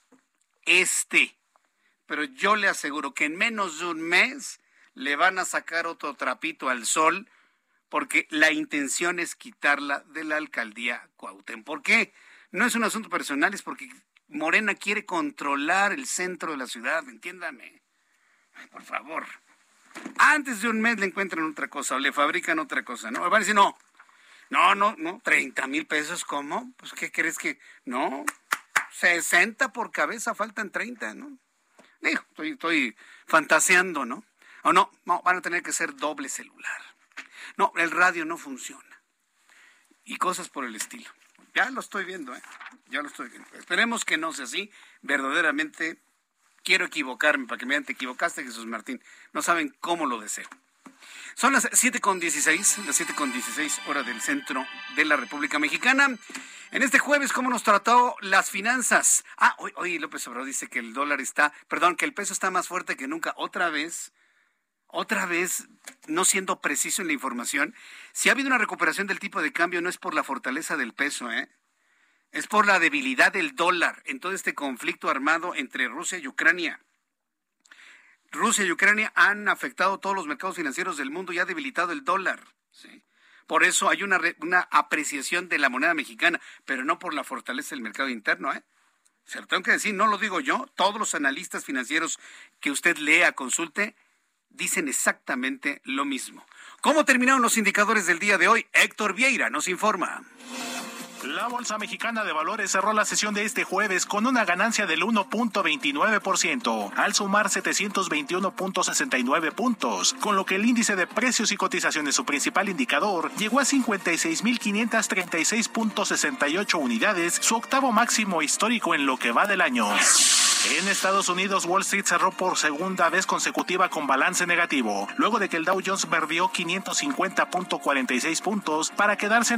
Pero yo le aseguro que en menos de un mes le van a sacar otro trapito al sol, porque la intención es quitarla de la alcaldía Cuauhtémoc. ¿Por qué? No es un asunto personal, es porque Morena quiere controlar el centro de la ciudad, entiéndame. Ay, por favor. Antes de un mes le encuentran otra cosa o le fabrican otra cosa, ¿no? Van a decir, no, 30,000 pesos, ¿cómo? Pues, ¿qué crees que? No, 60 por cabeza, faltan 30, ¿no? Digo, estoy fantaseando, ¿no? O no, van a tener que ser doble celular. No, el radio no funciona. Y cosas por el estilo. Ya lo estoy viendo, ya lo estoy viendo. Esperemos que no sea así, verdaderamente. Quiero equivocarme para que me digan, te equivocaste, Jesús Martín. No saben cómo lo deseo. Son las 7:16, las 7:16 hora del centro de la República Mexicana. En este jueves, ¿cómo nos trató las finanzas? Hoy López Obrador dice que que el peso está más fuerte que nunca. Otra vez, no siendo preciso en la información. Si ha habido una recuperación del tipo de cambio, no es por la fortaleza del peso, es por la debilidad del dólar en todo este conflicto armado entre Rusia y Ucrania. Rusia y Ucrania han afectado todos los mercados financieros del mundo y ha debilitado el dólar, ¿sí? por eso hay una apreciación de la moneda mexicana, pero no por la fortaleza del mercado interno, ¿eh? Se lo tengo que decir, no lo digo yo, todos los analistas financieros que usted lea, consulte, dicen exactamente lo mismo. ¿Cómo terminaron los indicadores del día de hoy? Héctor Vieira nos informa. La Bolsa Mexicana de Valores cerró la sesión de este jueves con una ganancia del 1.29%, al sumar 721.69 puntos, con lo que el índice de precios y cotizaciones, su principal indicador, llegó a 56.536.68 unidades, su octavo máximo histórico en lo que va del año. En Estados Unidos, Wall Street cerró por segunda vez consecutiva con balance negativo, luego de que el Dow Jones perdió 550.46 puntos para quedarse en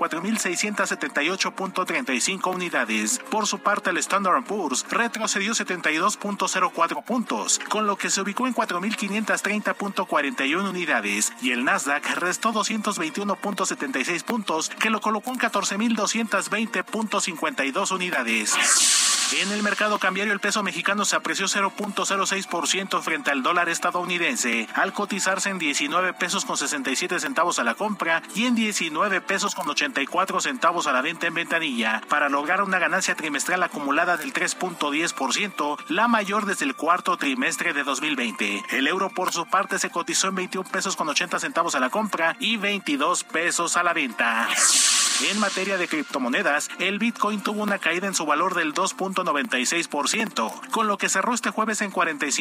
34.678.35 unidades. Por su parte, el Standard & Poor's retrocedió 72.04 puntos, con lo que se ubicó en 4.530.41 unidades, y el Nasdaq restó 221.76 puntos, que lo colocó en 14.220.52 unidades. En el mercado cambiario, el peso mexicano se apreció 0.06% frente al dólar estadounidense, al cotizarse en 19 pesos con 67 centavos a la compra y en 19 pesos con 84 centavos a la venta en ventanilla, para lograr una ganancia trimestral acumulada del 3.10%, la mayor desde el cuarto trimestre de 2020. El euro, por su parte, se cotizó en 21 pesos con 80 centavos a la compra y 22 pesos a la venta. En materia de criptomonedas, el Bitcoin tuvo una caída en su valor del 2.96%, con lo que cerró este jueves en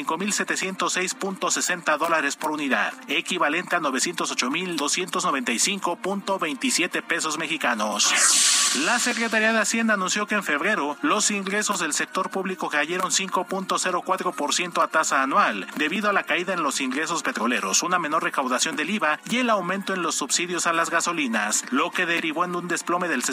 $45,706.60 por unidad, equivalente a 908,295.27 pesos mexicanos. La Secretaría de Hacienda anunció que en febrero los ingresos del sector público cayeron 5.04% a tasa anual, debido a la caída en los ingresos petroleros, una menor recaudación del IVA y el aumento en los subsidios a las gasolinas, lo que derivó en un desplome del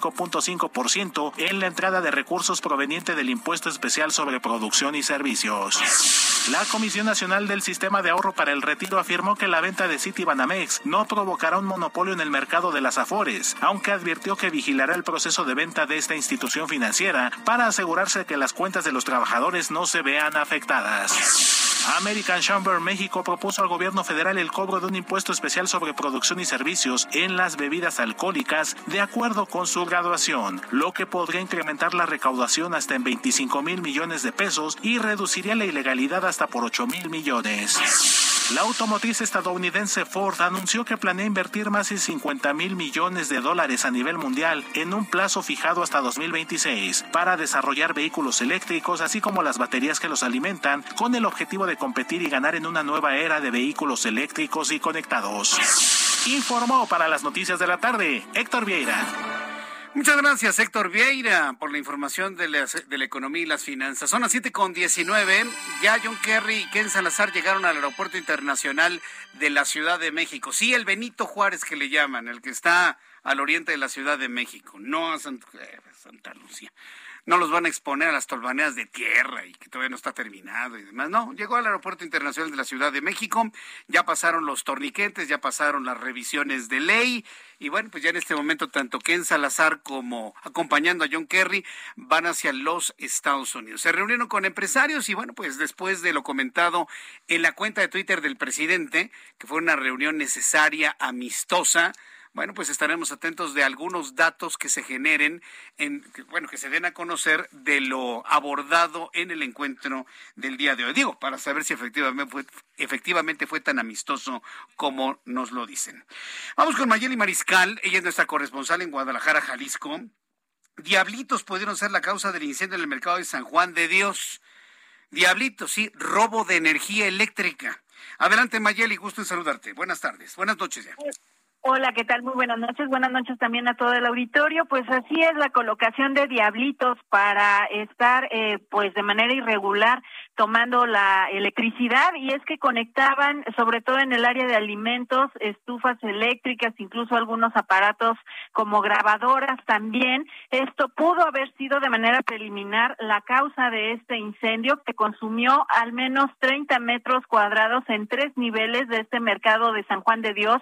65.5% en la entrada de recursos proveniente del impuesto especial sobre producción y servicios. La Comisión Nacional del Sistema de Ahorro para el Retiro afirmó que la venta de Citibanamex no provocará un monopolio en el mercado de las Afores, aunque advirtió que vigilará el proceso de venta de esta institución financiera para asegurarse que las cuentas de los trabajadores no se vean afectadas. American Chamber México propuso al gobierno federal el cobro de un impuesto especial sobre producción y servicios en las bebidas alcohólicas de acuerdo con su graduación, lo que podría incrementar la recaudación hasta en 25,000 millones de pesos y reduciría la ilegalidad hasta por 8,000 millones. La automotriz estadounidense Ford anunció que planea invertir más de 50,000 millones de dólares a nivel mundial en un plazo fijado hasta 2026 para desarrollar vehículos eléctricos, así como las baterías que los alimentan, con el objetivo de competir y ganar en una nueva era de vehículos eléctricos y conectados. Informó para las noticias de la tarde, Héctor Vieira. Muchas gracias, Héctor Vieira, por la información de la economía y las finanzas. Son las 7:19. Ya John Kerry y Ken Salazar llegaron al Aeropuerto Internacional de la Ciudad de México. Sí, el Benito Juárez que le llaman, el que está al oriente de la Ciudad de México, no a Santa Lucía. No los van a exponer a las tolvaneras de tierra y que todavía no está terminado y demás. No, llegó al Aeropuerto Internacional de la Ciudad de México, ya pasaron los torniquetes, ya pasaron las revisiones de ley y bueno, pues ya en este momento tanto Ken Salazar como acompañando a John Kerry van hacia los Estados Unidos. Se reunieron con empresarios y bueno, pues después de lo comentado en la cuenta de Twitter del presidente, que fue una reunión necesaria, amistosa, bueno, pues estaremos atentos de algunos datos que se generen, que se den a conocer de lo abordado en el encuentro del día de hoy. Digo, para saber si efectivamente fue tan amistoso como nos lo dicen. Vamos con Mayeli Mariscal, ella es nuestra corresponsal en Guadalajara, Jalisco. Diablitos pudieron ser la causa del incendio en el mercado de San Juan de Dios. Diablitos, sí, robo de energía eléctrica. Adelante, Mayeli, gusto en saludarte. Buenas tardes, buenas noches ya. Hola, ¿qué tal? Muy buenas noches también a todo el auditorio. Pues así es, la colocación de diablitos para estar pues de manera irregular tomando la electricidad, y es que conectaban sobre todo en el área de alimentos, estufas eléctricas, incluso algunos aparatos como grabadoras también. Esto pudo haber sido de manera preliminar la causa de este incendio que consumió al menos 30 metros cuadrados en 3 niveles de este mercado de San Juan de Dios,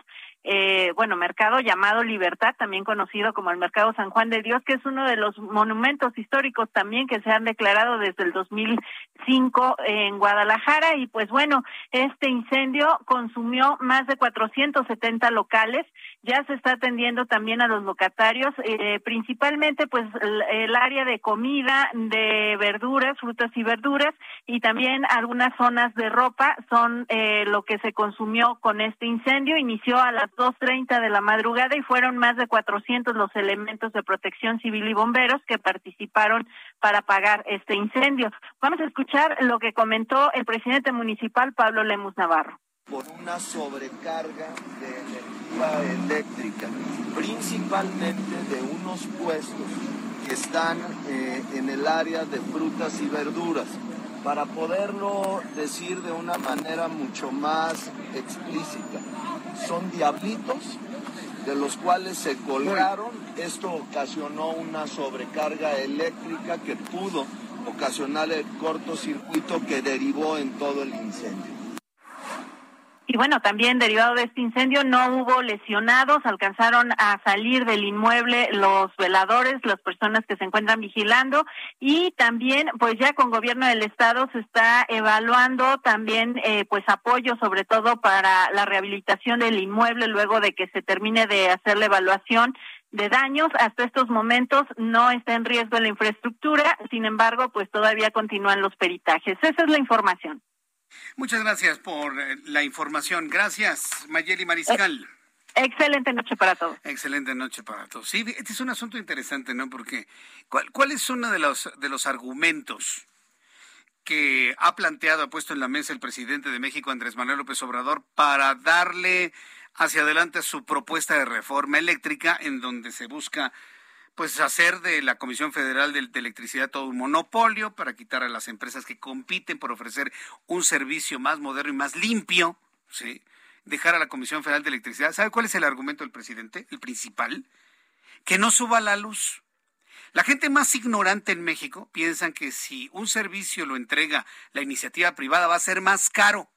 mercado llamado Libertad, también conocido como el Mercado San Juan de Dios, que es uno de los monumentos históricos también que se han declarado desde el 2005 en Guadalajara. Y pues bueno, este incendio consumió más de 470 locales. Ya se está atendiendo también a los locatarios, principalmente pues el área de comida, de verduras, frutas y verduras, y también algunas zonas de ropa son lo que se consumió con este incendio. Inició a las 2:30 de la madrugada y fueron más de 400 los elementos de protección civil y bomberos que participaron para apagar este incendio. Vamos a escuchar lo que comentó el presidente municipal, Pablo Lemus Navarro. Por una sobrecarga de energía eléctrica, principalmente de unos puestos que están en el área de frutas y verduras. Para poderlo decir de una manera mucho más explícita, son diablitos de los cuales se colgaron. Esto ocasionó una sobrecarga eléctrica que pudo ocasionar el cortocircuito que derivó en todo el incendio. Y bueno, también derivado de este incendio no hubo lesionados, alcanzaron a salir del inmueble los veladores, las personas que se encuentran vigilando, y también pues ya con gobierno del estado se está evaluando también pues apoyo sobre todo para la rehabilitación del inmueble luego de que se termine de hacer la evaluación de daños. Hasta estos momentos no está en riesgo la infraestructura, sin embargo pues todavía continúan los peritajes. Esa es la información. Muchas gracias por la información. Gracias, Mayeli Mariscal. Excelente noche para todos. Excelente noche para todos. Sí, este es un asunto interesante, ¿no? Porque ¿cuál es uno de los argumentos que ha puesto en la mesa el presidente de México, Andrés Manuel López Obrador, para darle hacia adelante su propuesta de reforma eléctrica, en donde se busca pues hacer de la Comisión Federal de Electricidad todo un monopolio para quitar a las empresas que compiten por ofrecer un servicio más moderno y más limpio, ¿sí? Dejar a la Comisión Federal de Electricidad? ¿Sabe cuál es el argumento del presidente? El principal, que no suba la luz. La gente más ignorante en México piensa que si un servicio lo entrega la iniciativa privada va a ser más caro.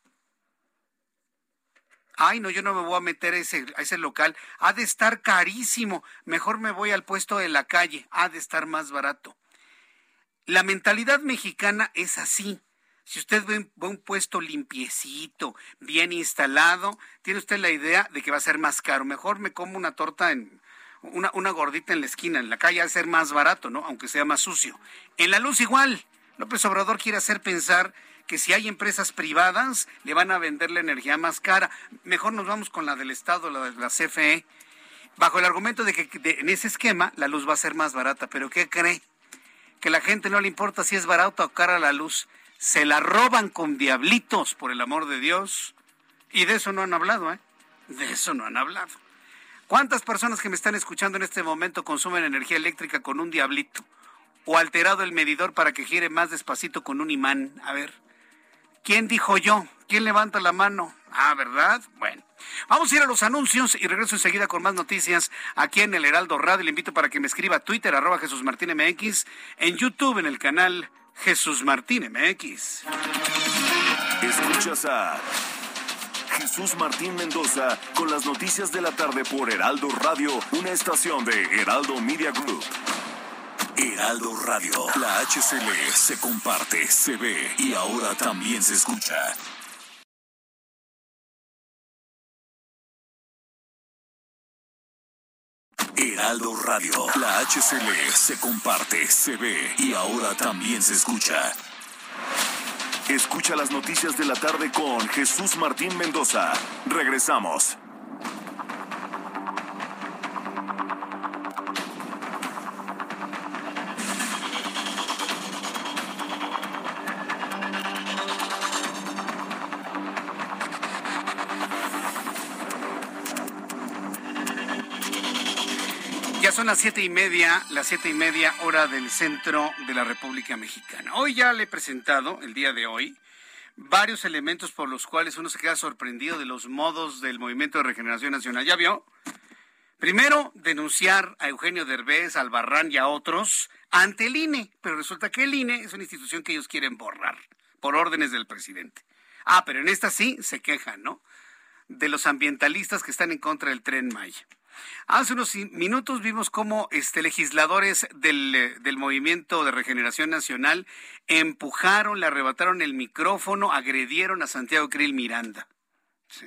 Ay, no, yo no me voy a meter a ese local, ha de estar carísimo, mejor me voy al puesto de la calle, ha de estar más barato. La mentalidad mexicana es así. Si usted ve un puesto limpiecito, bien instalado, tiene usted la idea de que va a ser más caro. Mejor me como una torta una gordita en la esquina, en la calle, va a ser más barato, ¿no? Aunque sea más sucio. En la luz igual. López Obrador quiere hacer pensar que si hay empresas privadas, le van a vender la energía más cara. Mejor nos vamos con la del Estado, la de la CFE, bajo el argumento de que en ese esquema la luz va a ser más barata. ¿Pero qué cree? Que a la gente no le importa si es barato o cara la luz. Se la roban con diablitos, por el amor de Dios. Y de eso no han hablado, ¿eh? De eso no han hablado. ¿Cuántas personas que me están escuchando en este momento consumen energía eléctrica con un diablito? ¿O alterado el medidor para que gire más despacito con un imán? A ver, ¿quién dijo yo? ¿Quién levanta la mano? Ah, ¿verdad? Bueno, vamos a ir a los anuncios y regreso enseguida con más noticias aquí en el Heraldo Radio. Le invito para que me escriba a Twitter, @JesusMartinMX, en YouTube, en el canal Jesús Martín MX. Escuchas a Jesús Martín Mendoza con las noticias de la tarde por Heraldo Radio, una estación de Heraldo Media Group. Heraldo Radio, la HCL se comparte, se ve y ahora también se escucha. Heraldo Radio, la HCL se comparte, se ve y ahora también se escucha. Escucha las noticias de la tarde con Jesús Martín Mendoza. Regresamos. Ya son las 7:30 hora del centro de la República Mexicana. Hoy ya le he presentado, el día de hoy, varios elementos por los cuales uno se queda sorprendido de los modos del Movimiento de Regeneración Nacional. ¿Ya vio? Primero, denunciar a Eugenio Derbez, a Albarrán y a otros ante el INE, pero resulta que el INE es una institución que ellos quieren borrar por órdenes del presidente. Ah, pero en esta sí se quejan, ¿no? de los ambientalistas que están en contra del Tren Maya. Hace unos minutos vimos cómo legisladores del Movimiento de Regeneración Nacional empujaron, le arrebataron el micrófono, agredieron a Santiago Krill Miranda. Sí.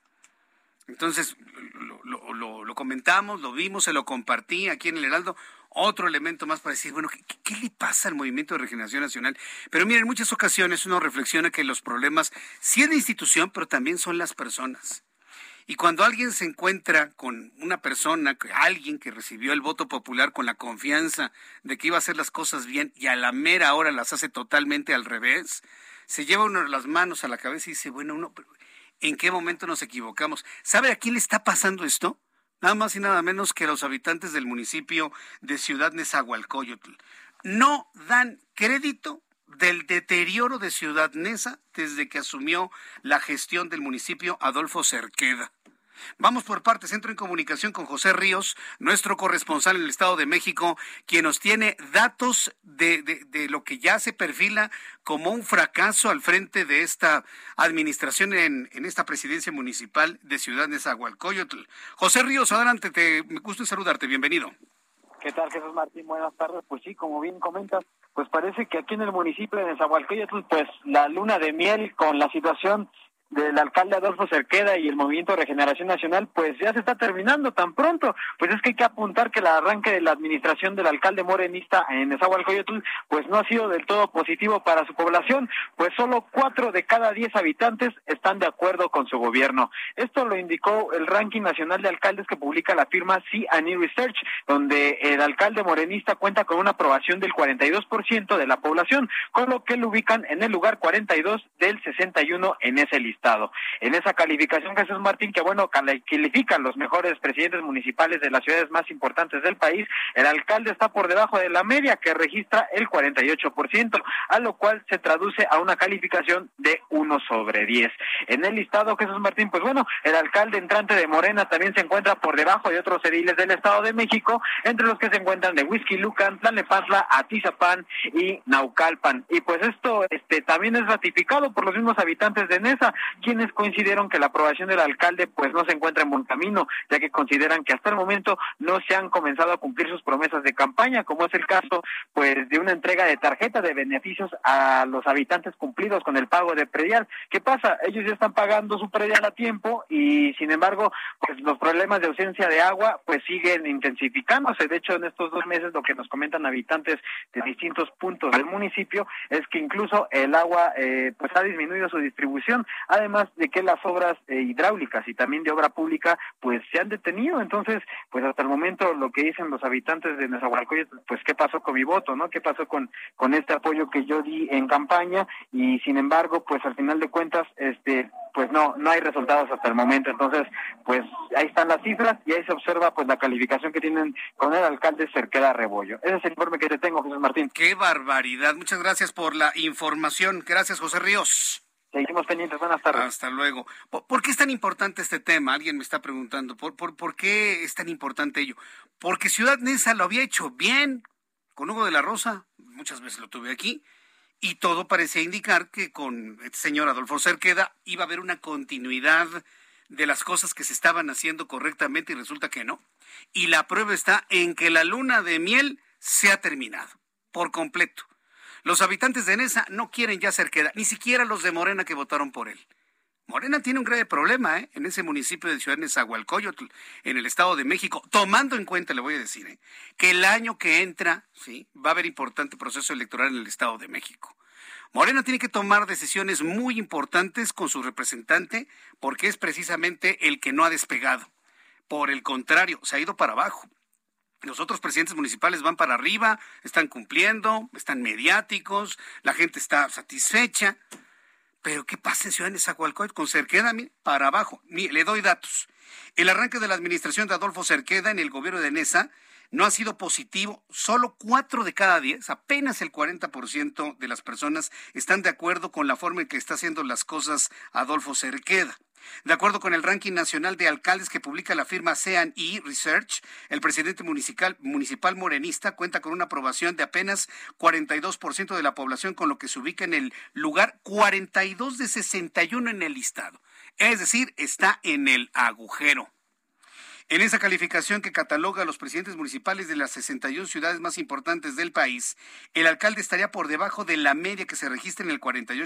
Entonces, lo comentamos, lo vimos, se lo compartí aquí en el Heraldo. Otro elemento más para decir, bueno, ¿qué le pasa al Movimiento de Regeneración Nacional? Pero miren, en muchas ocasiones uno reflexiona que los problemas sí es de institución, pero también son las personas. Y cuando alguien se encuentra con una persona, alguien que recibió el voto popular con la confianza de que iba a hacer las cosas bien y a la mera hora las hace totalmente al revés, se lleva uno las manos a la cabeza y dice, bueno, ¿en qué momento nos equivocamos? ¿Sabe a quién le está pasando esto? Nada más y nada menos que a los habitantes del municipio de Ciudad Nezahualcóyotl. No dan crédito del deterioro de Ciudad Neza desde que asumió la gestión del municipio Adolfo Cerqueda. Vamos por partes. Entro en comunicación con José Ríos, nuestro corresponsal en el Estado de México, quien nos tiene datos de lo que ya se perfila como un fracaso al frente de esta administración en esta presidencia municipal de Ciudad Nezahualcóyotl. José Ríos, adelante, me gusta saludarte, bienvenido. ¿Qué tal, Jesús Martín? Buenas tardes. Pues sí, como bien comentas, pues parece que aquí en el municipio de Nezahualcóyotl, pues la luna de miel con la situación del alcalde Adolfo Cerqueda y el Movimiento de Regeneración Nacional, pues ya se está terminando tan pronto. Pues es que hay que apuntar que el arranque de la administración del alcalde morenista en Nezahualcóyotl, pues no ha sido del todo positivo para su población, pues solo 4 de cada 10 habitantes están de acuerdo con su gobierno. Esto lo indicó el ranking nacional de alcaldes que publica la firma C&E Research, donde el alcalde morenista cuenta con una aprobación del 42% de la población, con lo que lo ubican en el lugar 42 del 61 en ese listado. En esa calificación, Jesús Martín, que bueno, califican los mejores presidentes municipales de las ciudades más importantes del país, el alcalde está por debajo de la media, que registra el 48%, a lo cual se traduce a una calificación de 1/10. En el listado, Jesús Martín, pues bueno, el alcalde entrante de Morena también se encuentra por debajo de otros ediles del Estado de México, entre los que se encuentran de Huixquilucan, Tlalnepantla, Atizapán y Naucalpan. Y pues esto también es ratificado por los mismos habitantes de Neza, quienes coincidieron que la aprobación del alcalde pues no se encuentra en buen camino, ya que consideran que hasta el momento no se han comenzado a cumplir sus promesas de campaña, como es el caso pues de una entrega de tarjeta de beneficios a los habitantes cumplidos con el pago de predial. ¿Qué pasa? Ellos ya están pagando su predial a tiempo y sin embargo pues los problemas de ausencia de agua pues siguen intensificándose. De hecho, en estos 2 meses lo que nos comentan habitantes de distintos puntos del municipio es que incluso el agua pues ha disminuido su distribución, además de que las obras hidráulicas y también de obra pública pues se han detenido. Entonces pues hasta el momento lo que dicen los habitantes de Nezahualcóyotl, pues qué pasó con mi voto, ¿no? ¿Qué pasó con este apoyo que yo di en campaña? Y sin embargo pues al final de cuentas pues no hay resultados hasta el momento. Entonces pues ahí están las cifras y ahí se observa pues la calificación que tienen con el alcalde Cerqueda Rebollo. Ese es el informe que te tengo, Jesús Martín. ¡Qué barbaridad! Muchas gracias por la información. Gracias, José Ríos. Seguimos pendientes, buenas tardes. Hasta luego. ¿Por qué es tan importante este tema? Alguien me está preguntando. ¿Por qué es tan importante ello? Porque Ciudad Neza lo había hecho bien con Hugo de la Rosa, muchas veces lo tuve aquí, y todo parecía indicar que con el señor Adolfo Cerqueda iba a haber una continuidad de las cosas que se estaban haciendo correctamente y resulta que no. Y la prueba está en que la luna de miel se ha terminado por completo. Los habitantes de Neza no quieren ya Cerqueda, ni siquiera los de Morena que votaron por él. Morena tiene un grave problema en ese municipio de Ciudad Nezahualcóyotl, en el Estado de México, tomando en cuenta, le voy a decir, que el año que entra va a haber importante proceso electoral en el Estado de México. Morena tiene que tomar decisiones muy importantes con su representante porque es precisamente el que no ha despegado. Por el contrario, se ha ido para abajo. Los otros presidentes municipales van para arriba, están cumpliendo, están mediáticos, la gente está satisfecha. Pero ¿qué pasa en Ciudad Nezahualcóyotl? Con Cerqueda, para abajo. Le doy datos. El arranque de la administración de Adolfo Cerqueda en el gobierno de Neza no ha sido positivo. Solo 4 de cada 10, apenas el 40% de las personas están de acuerdo con la forma en que está haciendo las cosas Adolfo Cerqueda. De acuerdo con el ranking nacional de alcaldes que publica la firma C&E Research, el presidente municipal morenista cuenta con una aprobación de apenas 42% de la población, con lo que se ubica en el lugar 42 de 61 en el listado. Es decir, está en el agujero. En esa calificación que cataloga a los presidentes municipales de las 61 ciudades más importantes del país, el alcalde estaría por debajo de la media que se registra en el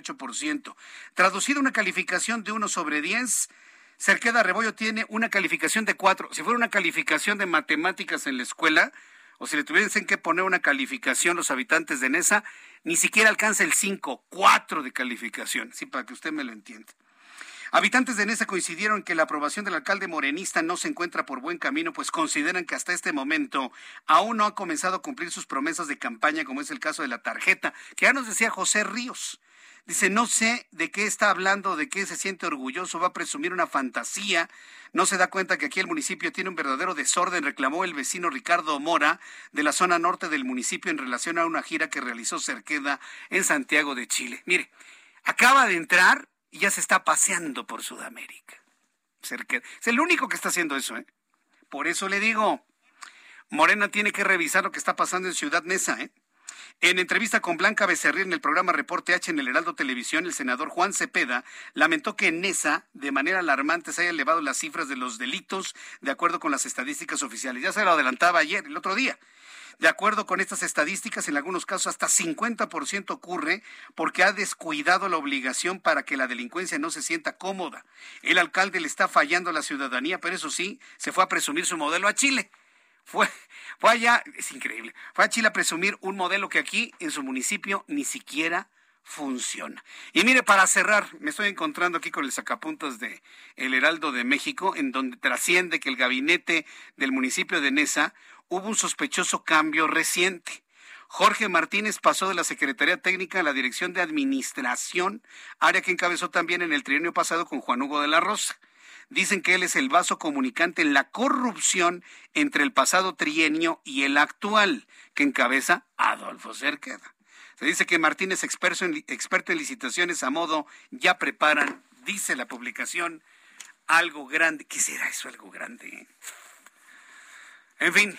48%. Traducido a una calificación de 1 sobre 10, Cerqueda Rebollo tiene una calificación de 4. Si fuera una calificación de matemáticas en la escuela, o si le tuviesen que poner una calificación los habitantes de Neza, ni siquiera alcanza el 5, 4 de calificación. Sí, para que usted me lo entienda. Habitantes de Neza coincidieron en que la aprobación del alcalde morenista no se encuentra por buen camino, pues consideran que hasta este momento aún no ha comenzado a cumplir sus promesas de campaña, como es el caso de la tarjeta, que ya nos decía José Ríos. Dice, no sé de qué está hablando, de qué se siente orgulloso, va a presumir una fantasía, no se da cuenta que aquí el municipio tiene un verdadero desorden, reclamó el vecino Ricardo Mora de la zona norte del municipio en relación a una gira que realizó Cerqueda en Santiago de Chile. Mire, acaba de entrar y ya se está paseando por Sudamérica. Cerqueda es el único que está haciendo eso, ¿eh? Por eso le digo, Morena tiene que revisar lo que está pasando en Ciudad Neza, ¿eh? En entrevista con Blanca Becerril en el programa Reporte H en el Heraldo Televisión, el senador Juan Cepeda lamentó que en Neza, de manera alarmante, se hayan elevado las cifras de los delitos de acuerdo con las estadísticas oficiales. Ya se lo adelantaba ayer, el otro día. De acuerdo con estas estadísticas, en algunos casos hasta 50% ocurre porque ha descuidado la obligación para que la delincuencia no se sienta cómoda. El alcalde le está fallando a la ciudadanía, pero eso sí, se fue a presumir su modelo a Chile. Fue allá, es increíble, fue a Chile a presumir un modelo que aquí en su municipio ni siquiera funciona. Y mire, para cerrar, me estoy encontrando aquí con el sacapuntas de El Heraldo de México, en donde trasciende que el gabinete del municipio de Neza hubo un sospechoso cambio reciente. Jorge Martínez pasó de la Secretaría Técnica a la Dirección de Administración, área que encabezó también en el trienio pasado con Juan Hugo de la Rosa. Dicen que él es el vaso comunicante en la corrupción entre el pasado trienio y el actual, que encabeza Adolfo Cerqueda. Se dice que Martínez, experto en licitaciones a modo, ya preparan, dice la publicación, algo grande. ¿Qué será eso, algo grande? En fin,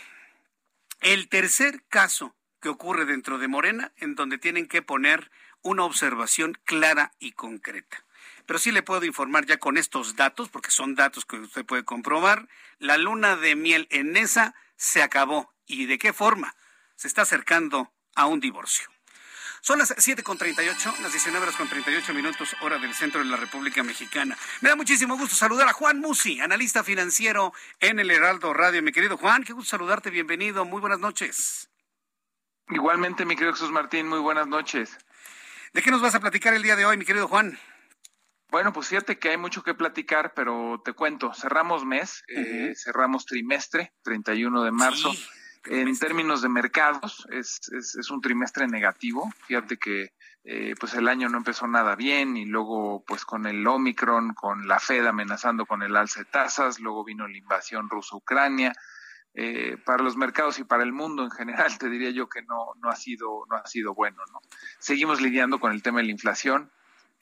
el tercer caso que ocurre dentro de Morena, en donde tienen que poner una observación clara y concreta. Pero sí le puedo informar ya con estos datos, porque son datos que usted puede comprobar, la luna de miel en Neza se acabó. ¿Y de qué forma? Se está acercando a un divorcio. Son las 7:38, las 19:38, hora del centro de la República Mexicana. Me da muchísimo gusto saludar a Juan Musi, analista financiero en el Heraldo Radio. Mi querido Juan, qué gusto saludarte, bienvenido, muy buenas noches. Igualmente, mi querido Jesús Martín, muy buenas noches. ¿De qué nos vas a platicar el día de hoy, mi querido Juan? Bueno, pues fíjate que hay mucho que platicar, pero te cuento, cerramos mes, cerramos trimestre, 31 de marzo. Sí. En términos de mercados, es un trimestre negativo. Fíjate que pues el año no empezó nada bien y luego pues con el Omicron, con la Fed amenazando con el alza de tasas, luego vino la invasión rusa-Ucrania. Para los mercados y para el mundo en general te diría yo que no ha sido bueno, ¿no? Seguimos lidiando con el tema de la inflación.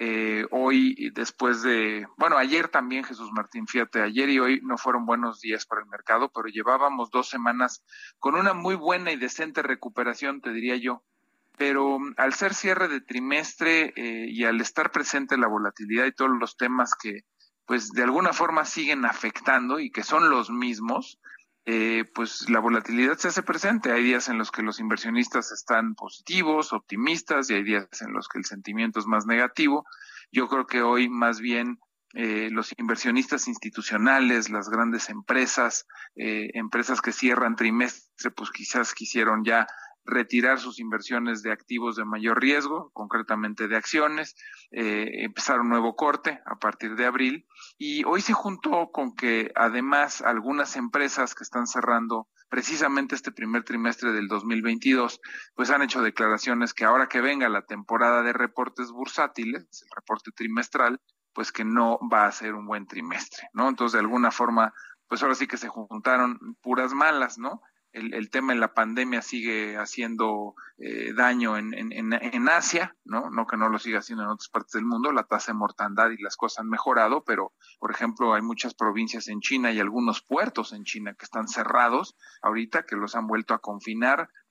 Hoy, después de, bueno, ayer también, Jesús Martín, fíjate, ayer y hoy no fueron buenos días para el mercado, pero llevábamos 2 semanas con una muy buena y decente recuperación, te diría yo. Pero al ser cierre de trimestre y al estar presente la volatilidad y todos los temas que, pues, de alguna forma siguen afectando y que son los mismos, pues la volatilidad se hace presente. Hay días en los que los inversionistas están positivos, optimistas, y hay días en los que el sentimiento es más negativo. Yo creo que hoy más bien los inversionistas institucionales, las grandes empresas, empresas que cierran trimestre, pues quizás quisieron ya retirar sus inversiones de activos de mayor riesgo, concretamente de acciones, empezar un nuevo corte a partir de abril, y hoy se juntó con que además algunas empresas que están cerrando precisamente este primer trimestre del 2022, pues han hecho declaraciones que ahora que venga la temporada de reportes bursátiles, el reporte trimestral, pues que no va a ser un buen trimestre, ¿no? Entonces, de alguna forma, pues ahora sí que se juntaron puras malas, ¿no? El tema de la pandemia sigue haciendo daño en Asia, ¿no? No que no lo siga haciendo en otras partes del mundo. La tasa de mortandad y las cosas han mejorado, pero, por ejemplo, hay muchas provincias en China y algunos puertos en China que están cerrados ahorita, que los han vuelto a confinar.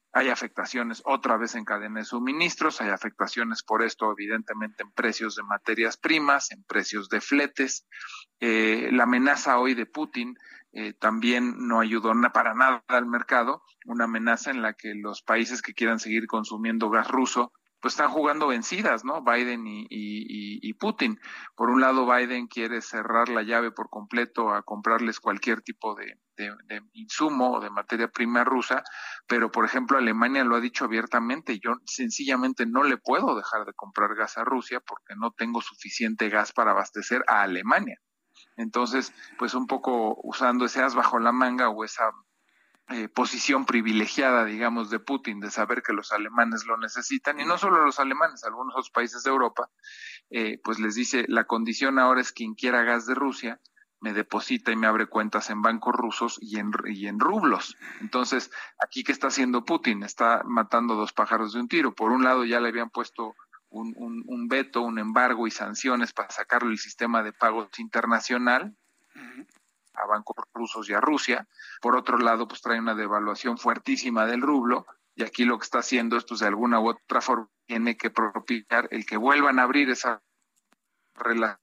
Hay afectaciones otra vez en cadena de suministros, hay afectaciones por esto evidentemente en precios de materias primas, en precios de fletes. La amenaza hoy de Putin también no ayudó para nada al mercado, una amenaza en la que los países que quieran seguir consumiendo gas ruso pues están jugando vencidas, ¿no? Biden y Putin. Por un lado, Biden quiere cerrar la llave por completo a comprarles cualquier tipo de insumo o de materia prima rusa, pero, por ejemplo, Alemania lo ha dicho abiertamente, yo sencillamente no le puedo dejar de comprar gas a Rusia porque no tengo suficiente gas para abastecer a Alemania. Entonces, pues un poco usando ese as bajo la manga o esa posición privilegiada, digamos, de Putin, de saber que los alemanes lo necesitan, y no solo los alemanes, algunos otros países de Europa, pues les dice, la condición ahora es quien quiera gas de Rusia, me deposita y me abre cuentas en bancos rusos y en rublos. Entonces, aquí, ¿qué está haciendo Putin? Está matando dos pájaros de un tiro. Por un lado, ya le habían puesto un veto, un embargo y sanciones para sacarlo del sistema de pagos internacional, a bancos rusos y a Rusia. Por otro lado, pues trae una devaluación fuertísima del rublo, y aquí lo que está haciendo es, pues de alguna u otra forma, tiene que propiciar el que vuelvan a abrir esas relaciones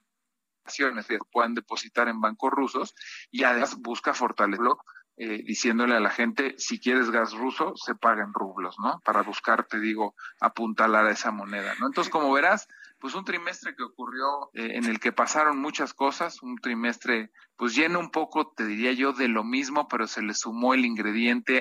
que puedan depositar en bancos rusos, y además busca fortalecerlo, diciéndole a la gente, si quieres gas ruso, se paga en rublos, ¿no? Para buscar, te digo, apuntalar a esa moneda, ¿no? Entonces, como verás, pues un trimestre que ocurrió en el que pasaron muchas cosas, un trimestre pues lleno un poco, te diría yo, de lo mismo, pero se le sumó el ingrediente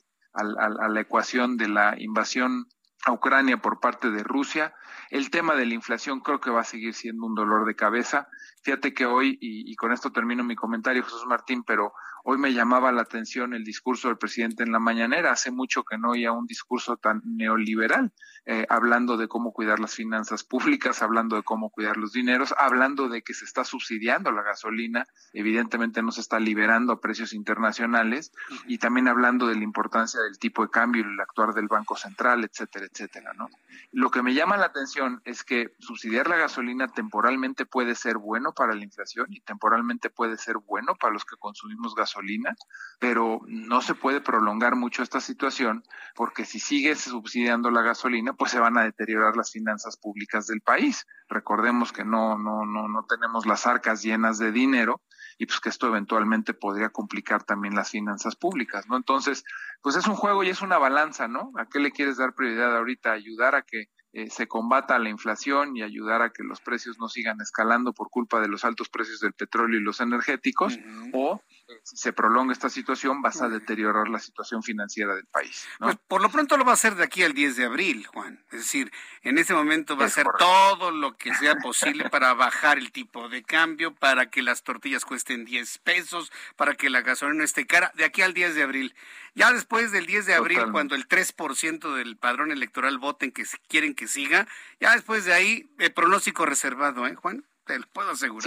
a la ecuación de la invasión a Ucrania por parte de Rusia. El tema de la inflación creo que va a seguir siendo un dolor de cabeza. Fíjate que hoy, y con esto termino mi comentario, Jesús Martín, pero hoy me llamaba la atención el discurso del presidente en la mañanera. Hace mucho que no oía un discurso tan neoliberal, hablando de cómo cuidar las finanzas públicas, hablando de cómo cuidar los dineros, hablando de que se está subsidiando la gasolina, evidentemente no se está liberando a precios internacionales, y también hablando de la importancia del tipo de cambio y el actuar del Banco Central, etcétera, etcétera, ¿no? Lo que me llama la atención es que subsidiar la gasolina temporalmente puede ser bueno para la inflación y temporalmente puede ser bueno para los que consumimos gasolina, pero no se puede prolongar mucho esta situación, porque si sigue subsidiando la gasolina, pues se van a deteriorar las finanzas públicas del país. Recordemos que no tenemos las arcas llenas de dinero, y pues que esto eventualmente podría complicar también las finanzas públicas, ¿no? Entonces, pues es un juego y es una balanza, ¿no? ¿A qué le quieres dar prioridad ahorita? ¿Ayudar a que se combata la inflación y ayudar a que los precios no sigan escalando por culpa de los altos precios del petróleo y los energéticos? O si se prolonga esta situación, vas a deteriorar la situación financiera del país, ¿no? Pues por lo pronto lo va a hacer de aquí al 10 de abril, Juan. Es decir, en ese momento va a hacer todo lo que sea posible para bajar el tipo de cambio, para que las tortillas cuesten 10 pesos, para que la gasolina esté cara, de aquí al 10 de abril. Ya después del 10 de abril, cuando el 3% del padrón electoral voten que quieren que siga, ya después de ahí, el pronóstico reservado, Juan, te lo puedo asegurar.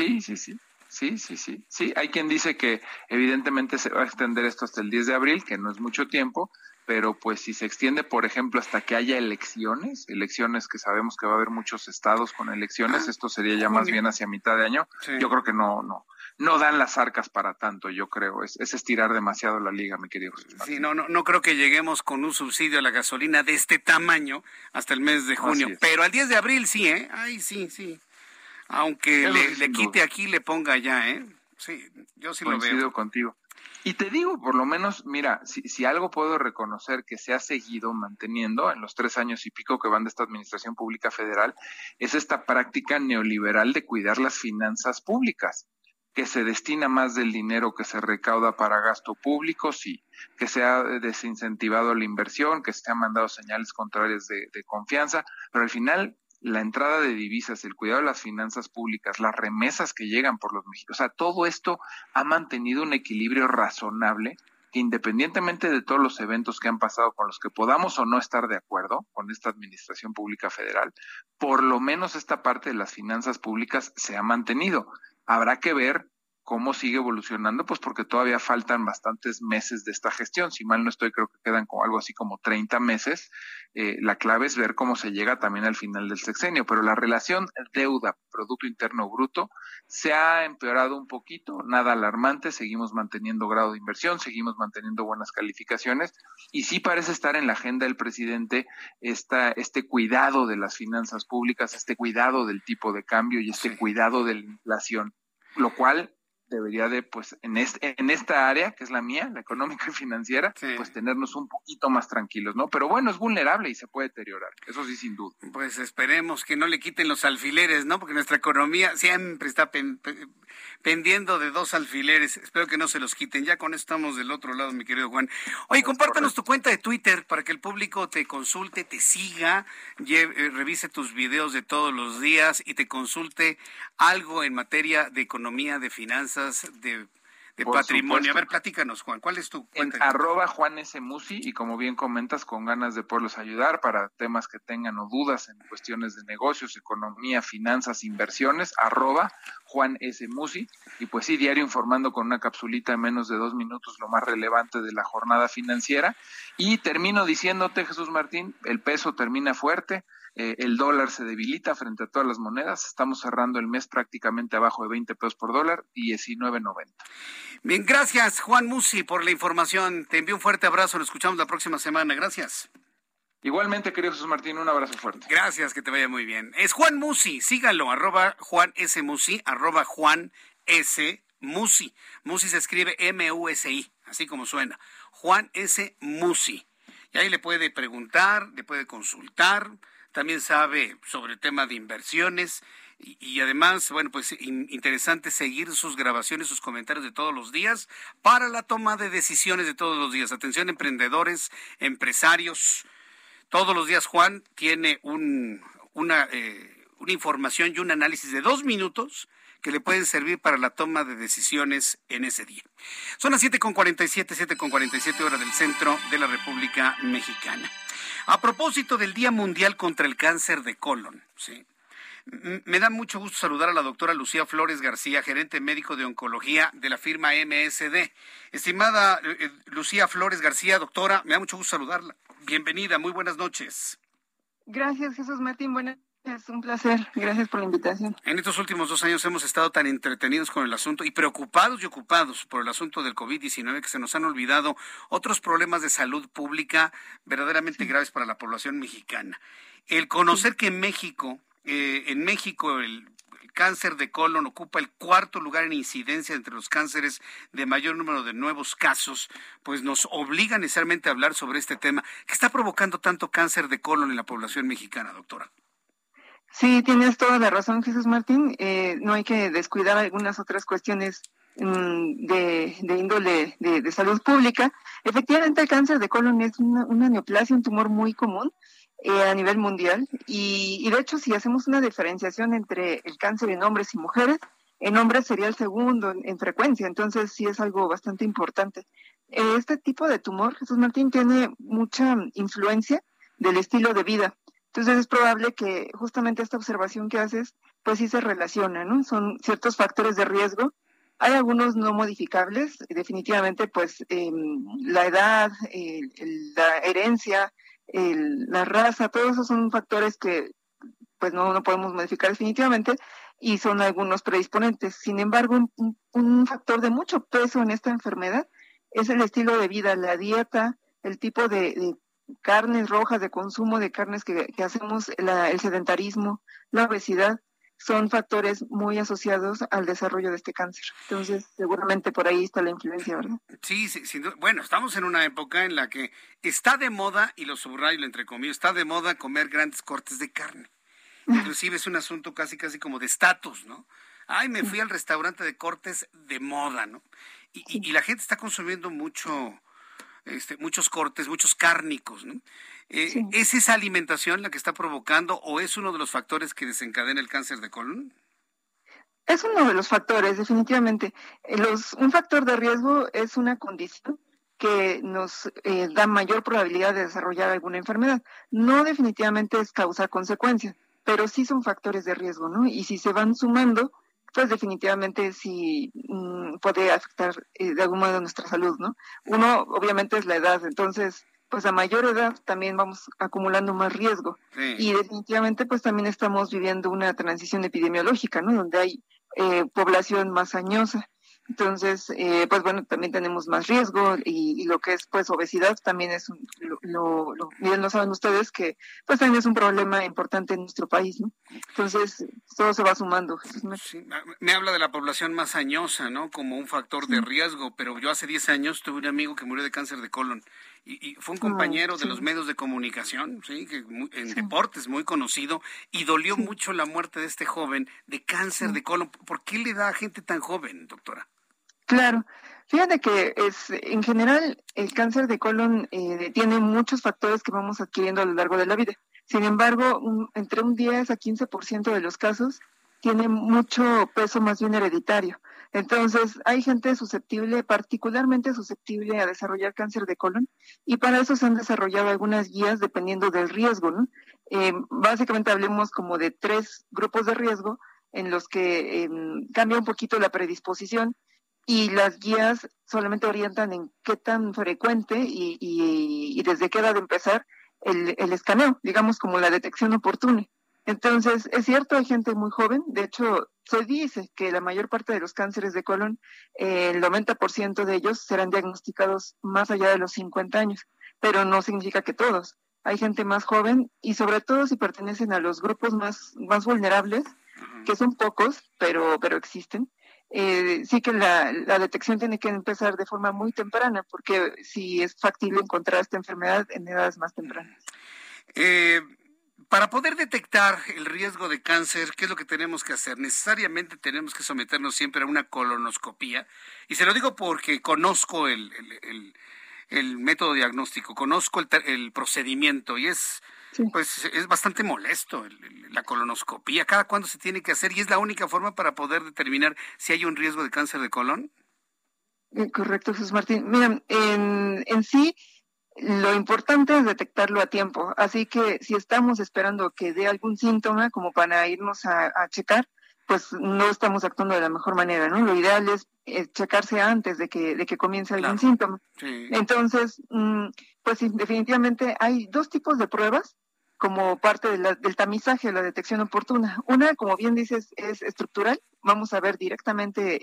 Sí, hay quien dice que evidentemente se va a extender esto hasta el 10 de abril, que no es mucho tiempo, pero pues si se extiende, por ejemplo, hasta que haya elecciones que sabemos que va a haber muchos estados con elecciones, esto sería ya más bien hacia mitad de año. Sí. Yo creo que no dan las arcas para tanto, yo creo. Es estirar demasiado la liga, mi querido Jesús Martín. Sí, no creo que lleguemos con un subsidio a la gasolina de este tamaño hasta el mes de junio. Pero al 10 de abril sí, Ay, sí. Aunque le quite aquí, le ponga allá, Sí, yo sí lo veo. Coincido contigo. Y te digo, por lo menos, mira, si algo puedo reconocer que se ha seguido manteniendo en los 3 años y pico que van de esta administración pública federal, es esta práctica neoliberal de cuidar las finanzas públicas, que se destina más del dinero que se recauda para gasto público, sí, que se ha desincentivado la inversión, que se han mandado señales contrarias de confianza, pero al final la entrada de divisas, el cuidado de las finanzas públicas, las remesas que llegan por los mexicanos, o sea, todo esto ha mantenido un equilibrio razonable que, independientemente de todos los eventos que han pasado con los que podamos o no estar de acuerdo con esta administración pública federal, por lo menos esta parte de las finanzas públicas se ha mantenido. Habrá que ver cómo sigue evolucionando, pues porque todavía faltan bastantes meses de esta gestión. Si mal no estoy, creo que quedan como algo así como 30 meses. La clave es ver cómo se llega también al final del sexenio, pero la relación deuda-Producto Interno Bruto se ha empeorado un poquito, nada alarmante, seguimos manteniendo grado de inversión, seguimos manteniendo buenas calificaciones, y sí parece estar en la agenda del presidente este cuidado de las finanzas públicas, este cuidado del tipo de cambio y este cuidado de la inflación, lo cual debería de, pues, en esta área, que es la mía, la económica y financiera, pues tenernos un poquito más tranquilos, ¿no? Pero bueno, es vulnerable y se puede deteriorar, eso sí, sin duda. Pues esperemos que no le quiten los alfileres, ¿no? Porque nuestra economía siempre está pendiendo de dos alfileres. Espero que no se los quiten. Ya con eso estamos del otro lado, mi querido Juan. Oye, compártanos tu cuenta de Twitter para que el público te consulte, te siga, revise tus videos de todos los días y te consulte algo en materia de economía, de finanzas, de patrimonio. Supuesto. A ver, platícanos, Juan, ¿cuál es tu cuenta? En @JuanSMusi, y como bien comentas, con ganas de poderlos ayudar para temas que tengan o dudas en cuestiones de negocios, economía, finanzas, inversiones, @JuanSMusi, y pues sí, diario informando con una capsulita en menos de 2 minutos lo más relevante de la jornada financiera. Y termino diciéndote, Jesús Martín, el peso termina fuerte, el dólar se debilita frente a todas las monedas, estamos cerrando el mes prácticamente abajo de 20 pesos por dólar, 19.90. Bien, gracias Juan Musi por la información, te envío un fuerte abrazo, nos escuchamos la próxima semana, gracias. Igualmente, querido Jesús Martín, un abrazo fuerte. Gracias, que te vaya muy bien. Es Juan Musi, síganlo, @JuanSMusi, @JuanSMusi. Musi se escribe M-U-S-I, así como suena, Juan S. Musi. Y ahí le puede preguntar, le puede consultar, también sabe sobre el tema de inversiones y además, bueno, pues interesante seguir sus grabaciones, sus comentarios de todos los días para la toma de decisiones de todos los días. Atención, emprendedores, empresarios. Todos los días Juan tiene una información y un análisis de 2 minutos que le pueden servir para la toma de decisiones en ese día. Son las 7:47 horas del centro de la República Mexicana. A propósito del Día Mundial contra el Cáncer de Colon, ¿sí? Me da mucho gusto saludar a la doctora Lucía Flores García, gerente médico de oncología de la firma MSD. Estimada Lucía Flores García, doctora, me da mucho gusto saludarla. Bienvenida, muy buenas noches. Gracias, Jesús Martín, buenas noches, un placer, gracias por la invitación. En estos últimos 2 años hemos estado tan entretenidos con el asunto y preocupados y ocupados por el asunto del COVID-19 que se nos han olvidado otros problemas de salud pública verdaderamente graves para la población mexicana. El conocer que en México el cáncer de colon ocupa el 4º lugar en incidencia entre los cánceres de mayor número de nuevos casos, pues nos obliga necesariamente a hablar sobre este tema. ¿Qué está provocando tanto cáncer de colon en la población mexicana, doctora? Sí, tienes toda la razón, Jesús Martín. No hay que descuidar algunas otras cuestiones de índole de salud pública. Efectivamente, el cáncer de colon es una neoplasia, un tumor muy común a nivel mundial. Y de hecho, si hacemos una diferenciación entre el cáncer en hombres y mujeres, en hombres sería el segundo en frecuencia. Entonces, sí es algo bastante importante. Este tipo de tumor, Jesús Martín, tiene mucha influencia del estilo de vida. Entonces es probable que justamente esta observación que haces, pues sí se relaciona, ¿no? Son ciertos factores de riesgo. Hay algunos no modificables, definitivamente, pues la edad, la herencia, la raza, todos esos son factores que pues no podemos modificar definitivamente y son algunos predisponentes. Sin embargo, un factor de mucho peso en esta enfermedad es el estilo de vida, la dieta, el tipo de carnes rojas, de consumo de carnes que hacemos, el sedentarismo, la obesidad, son factores muy asociados al desarrollo de este cáncer. Entonces, seguramente por ahí está la influencia, ¿verdad? Sí, sin duda. Bueno, estamos en una época en la que está de moda, y lo subrayo entre comillas, está de moda comer grandes cortes de carne. Inclusive es un asunto casi como de estatus, ¿no? Ay, me fui al restaurante de cortes de moda, ¿no? Y la gente está consumiendo muchos cortes, muchos cárnicos, ¿no? Sí. ¿Es esa alimentación la que está provocando o es uno de los factores que desencadena el cáncer de colon? Es uno de los factores, definitivamente. Un factor de riesgo es una condición que nos da mayor probabilidad de desarrollar alguna enfermedad. No definitivamente es causa-consecuencia, pero sí son factores de riesgo, ¿no? Y si se van sumando, pues definitivamente sí puede afectar de algún modo nuestra salud, ¿no? Uno, obviamente, es la edad, entonces, pues a mayor edad también vamos acumulando más riesgo. Sí. Y definitivamente, pues también estamos viviendo una transición epidemiológica, ¿no? Donde hay población más añosa. Entonces, pues bueno, también tenemos más riesgo y lo que es pues obesidad también es bien lo saben ustedes que pues también es un problema importante en nuestro país, ¿no? Entonces, todo se va sumando. Sí, me habla de la población más añosa, ¿no? Como un factor de riesgo, pero yo hace 10 años tuve un amigo que murió de cáncer de colon y fue un compañero de los medios de comunicación, sí, que en deportes muy conocido, y dolió mucho la muerte de este joven de cáncer de colon. ¿Por qué le da a gente tan joven, doctora? Claro, fíjate que en general el cáncer de colon tiene muchos factores que vamos adquiriendo a lo largo de la vida. Sin embargo, entre un 10 a 15% de los casos tiene mucho peso más bien hereditario. Entonces, hay gente susceptible, particularmente susceptible a desarrollar cáncer de colon, y para eso se han desarrollado algunas guías dependiendo del riesgo, ¿no? Básicamente hablemos como de 3 grupos de riesgo en los que cambia un poquito la predisposición, y las guías solamente orientan en qué tan frecuente y desde qué edad de empezar el escaneo, digamos como la detección oportuna. Entonces, es cierto, hay gente muy joven, de hecho, se dice que la mayor parte de los cánceres de colon, el 90% de ellos serán diagnosticados más allá de los 50 años, pero no significa que todos. Hay gente más joven y sobre todo si pertenecen a los grupos más vulnerables, que son pocos, pero existen. Sí que la detección tiene que empezar de forma muy temprana, porque sí es factible encontrar esta enfermedad en edades más tempranas. Para poder detectar el riesgo de cáncer, ¿qué es lo que tenemos que hacer? Necesariamente tenemos que someternos siempre a una colonoscopía, y se lo digo porque conozco el método diagnóstico, conozco el procedimiento, y es bastante molesto la colonoscopía. ¿Cada cuándo se tiene que hacer? ¿Y es la única forma para poder determinar si hay un riesgo de cáncer de colon? Correcto, Jesús Martín. Mira, en sí, lo importante es detectarlo a tiempo. Así que si estamos esperando que dé algún síntoma como para irnos a checar, pues no estamos actuando de la mejor manera, ¿no? Lo ideal es checarse antes de que comience algún síntoma. Sí. Entonces, pues sí, definitivamente hay 2 tipos de pruebas como parte del tamizaje, la detección oportuna. Una, como bien dices, es estructural. Vamos a ver directamente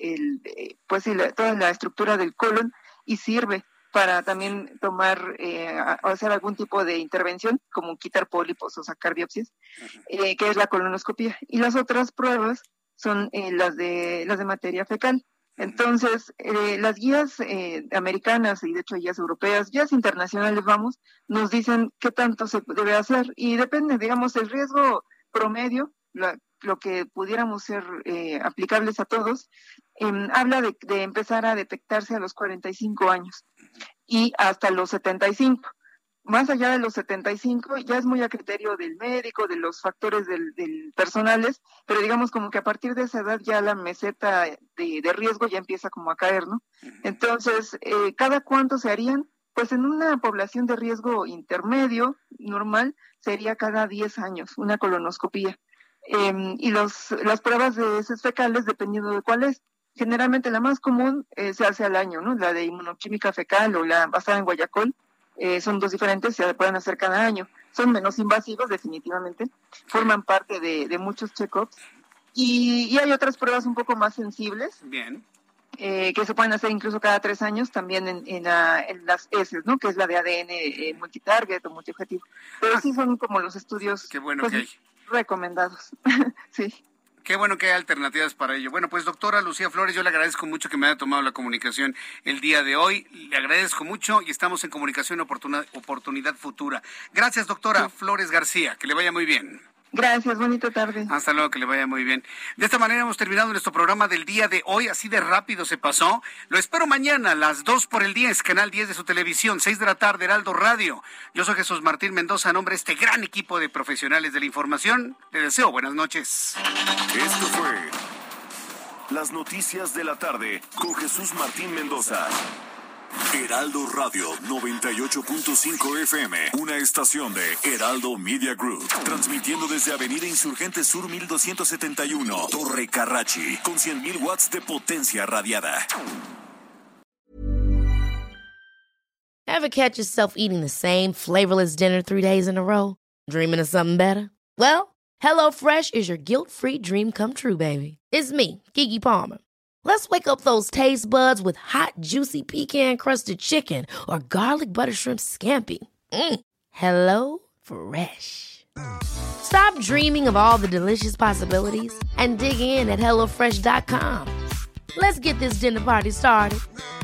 toda la estructura del colon, y sirve para también tomar o hacer algún tipo de intervención, como quitar pólipos o sacar biopsias, que es la colonoscopía. Y las otras pruebas son las de materia fecal. Entonces, las guías americanas y de hecho guías europeas, guías internacionales, nos dicen qué tanto se debe hacer, y depende, digamos, el riesgo promedio, lo que pudiéramos ser aplicables a todos, habla de empezar a detectarse a los 45 años y hasta los 75. Más allá de los 75 ya es muy a criterio del médico, de los factores del personales, pero digamos como que a partir de esa edad ya la meseta de riesgo ya empieza como a caer, ¿no? Entonces, ¿cada cuánto se harían? Pues en una población de riesgo intermedio, normal, sería cada 10 años una colonoscopía. Y las pruebas de heces fecales, dependiendo de cuál es. Generalmente la más común se hace al año, ¿no? La de inmunoquímica fecal o la basada en guayacol. Son 2 diferentes, se pueden hacer cada año. Son menos invasivos, definitivamente. Forman parte de muchos check-ups. Y hay otras pruebas un poco más sensibles. Bien. Que se pueden hacer incluso cada 3 años, también en las heces, ¿no? Que es la de ADN multitarget o multiobjetivo. Pero sí son como los estudios que hay recomendados. Sí. Qué bueno que hay alternativas para ello. Bueno, pues doctora Lucía Flores, yo le agradezco mucho que me haya tomado la comunicación el día de hoy. Le agradezco mucho y estamos en comunicación oportunidad futura. Gracias, doctora Flores García. Que le vaya muy bien. Gracias, bonita tarde. Hasta luego, que le vaya muy bien. De esta manera hemos terminado nuestro programa del día de hoy, así de rápido se pasó. Lo espero mañana a las 2 por el 10, canal 10 de su televisión, 6 de la tarde, Heraldo Radio. Yo soy Jesús Martín Mendoza, a nombre de este gran equipo de profesionales de la información. Le deseo buenas noches. Esto fue Las Noticias de la Tarde con Jesús Martín Mendoza. Heraldo Radio 98.5 FM, una estación de Heraldo Media Group, transmitiendo desde Avenida Insurgente Sur 1271, Torre Carrachi, con 100,000 watts de potencia radiada. Ever catch yourself eating the same flavorless dinner 3 days in a row? Dreaming of something better? Well, HelloFresh is your guilt-free dream come true, baby. It's me, Keke Palmer. Let's wake up those taste buds with hot, juicy pecan-crusted chicken or garlic butter shrimp scampi. Hello Fresh. Stop dreaming of all the delicious possibilities and dig in at HelloFresh.com. Let's get this dinner party started.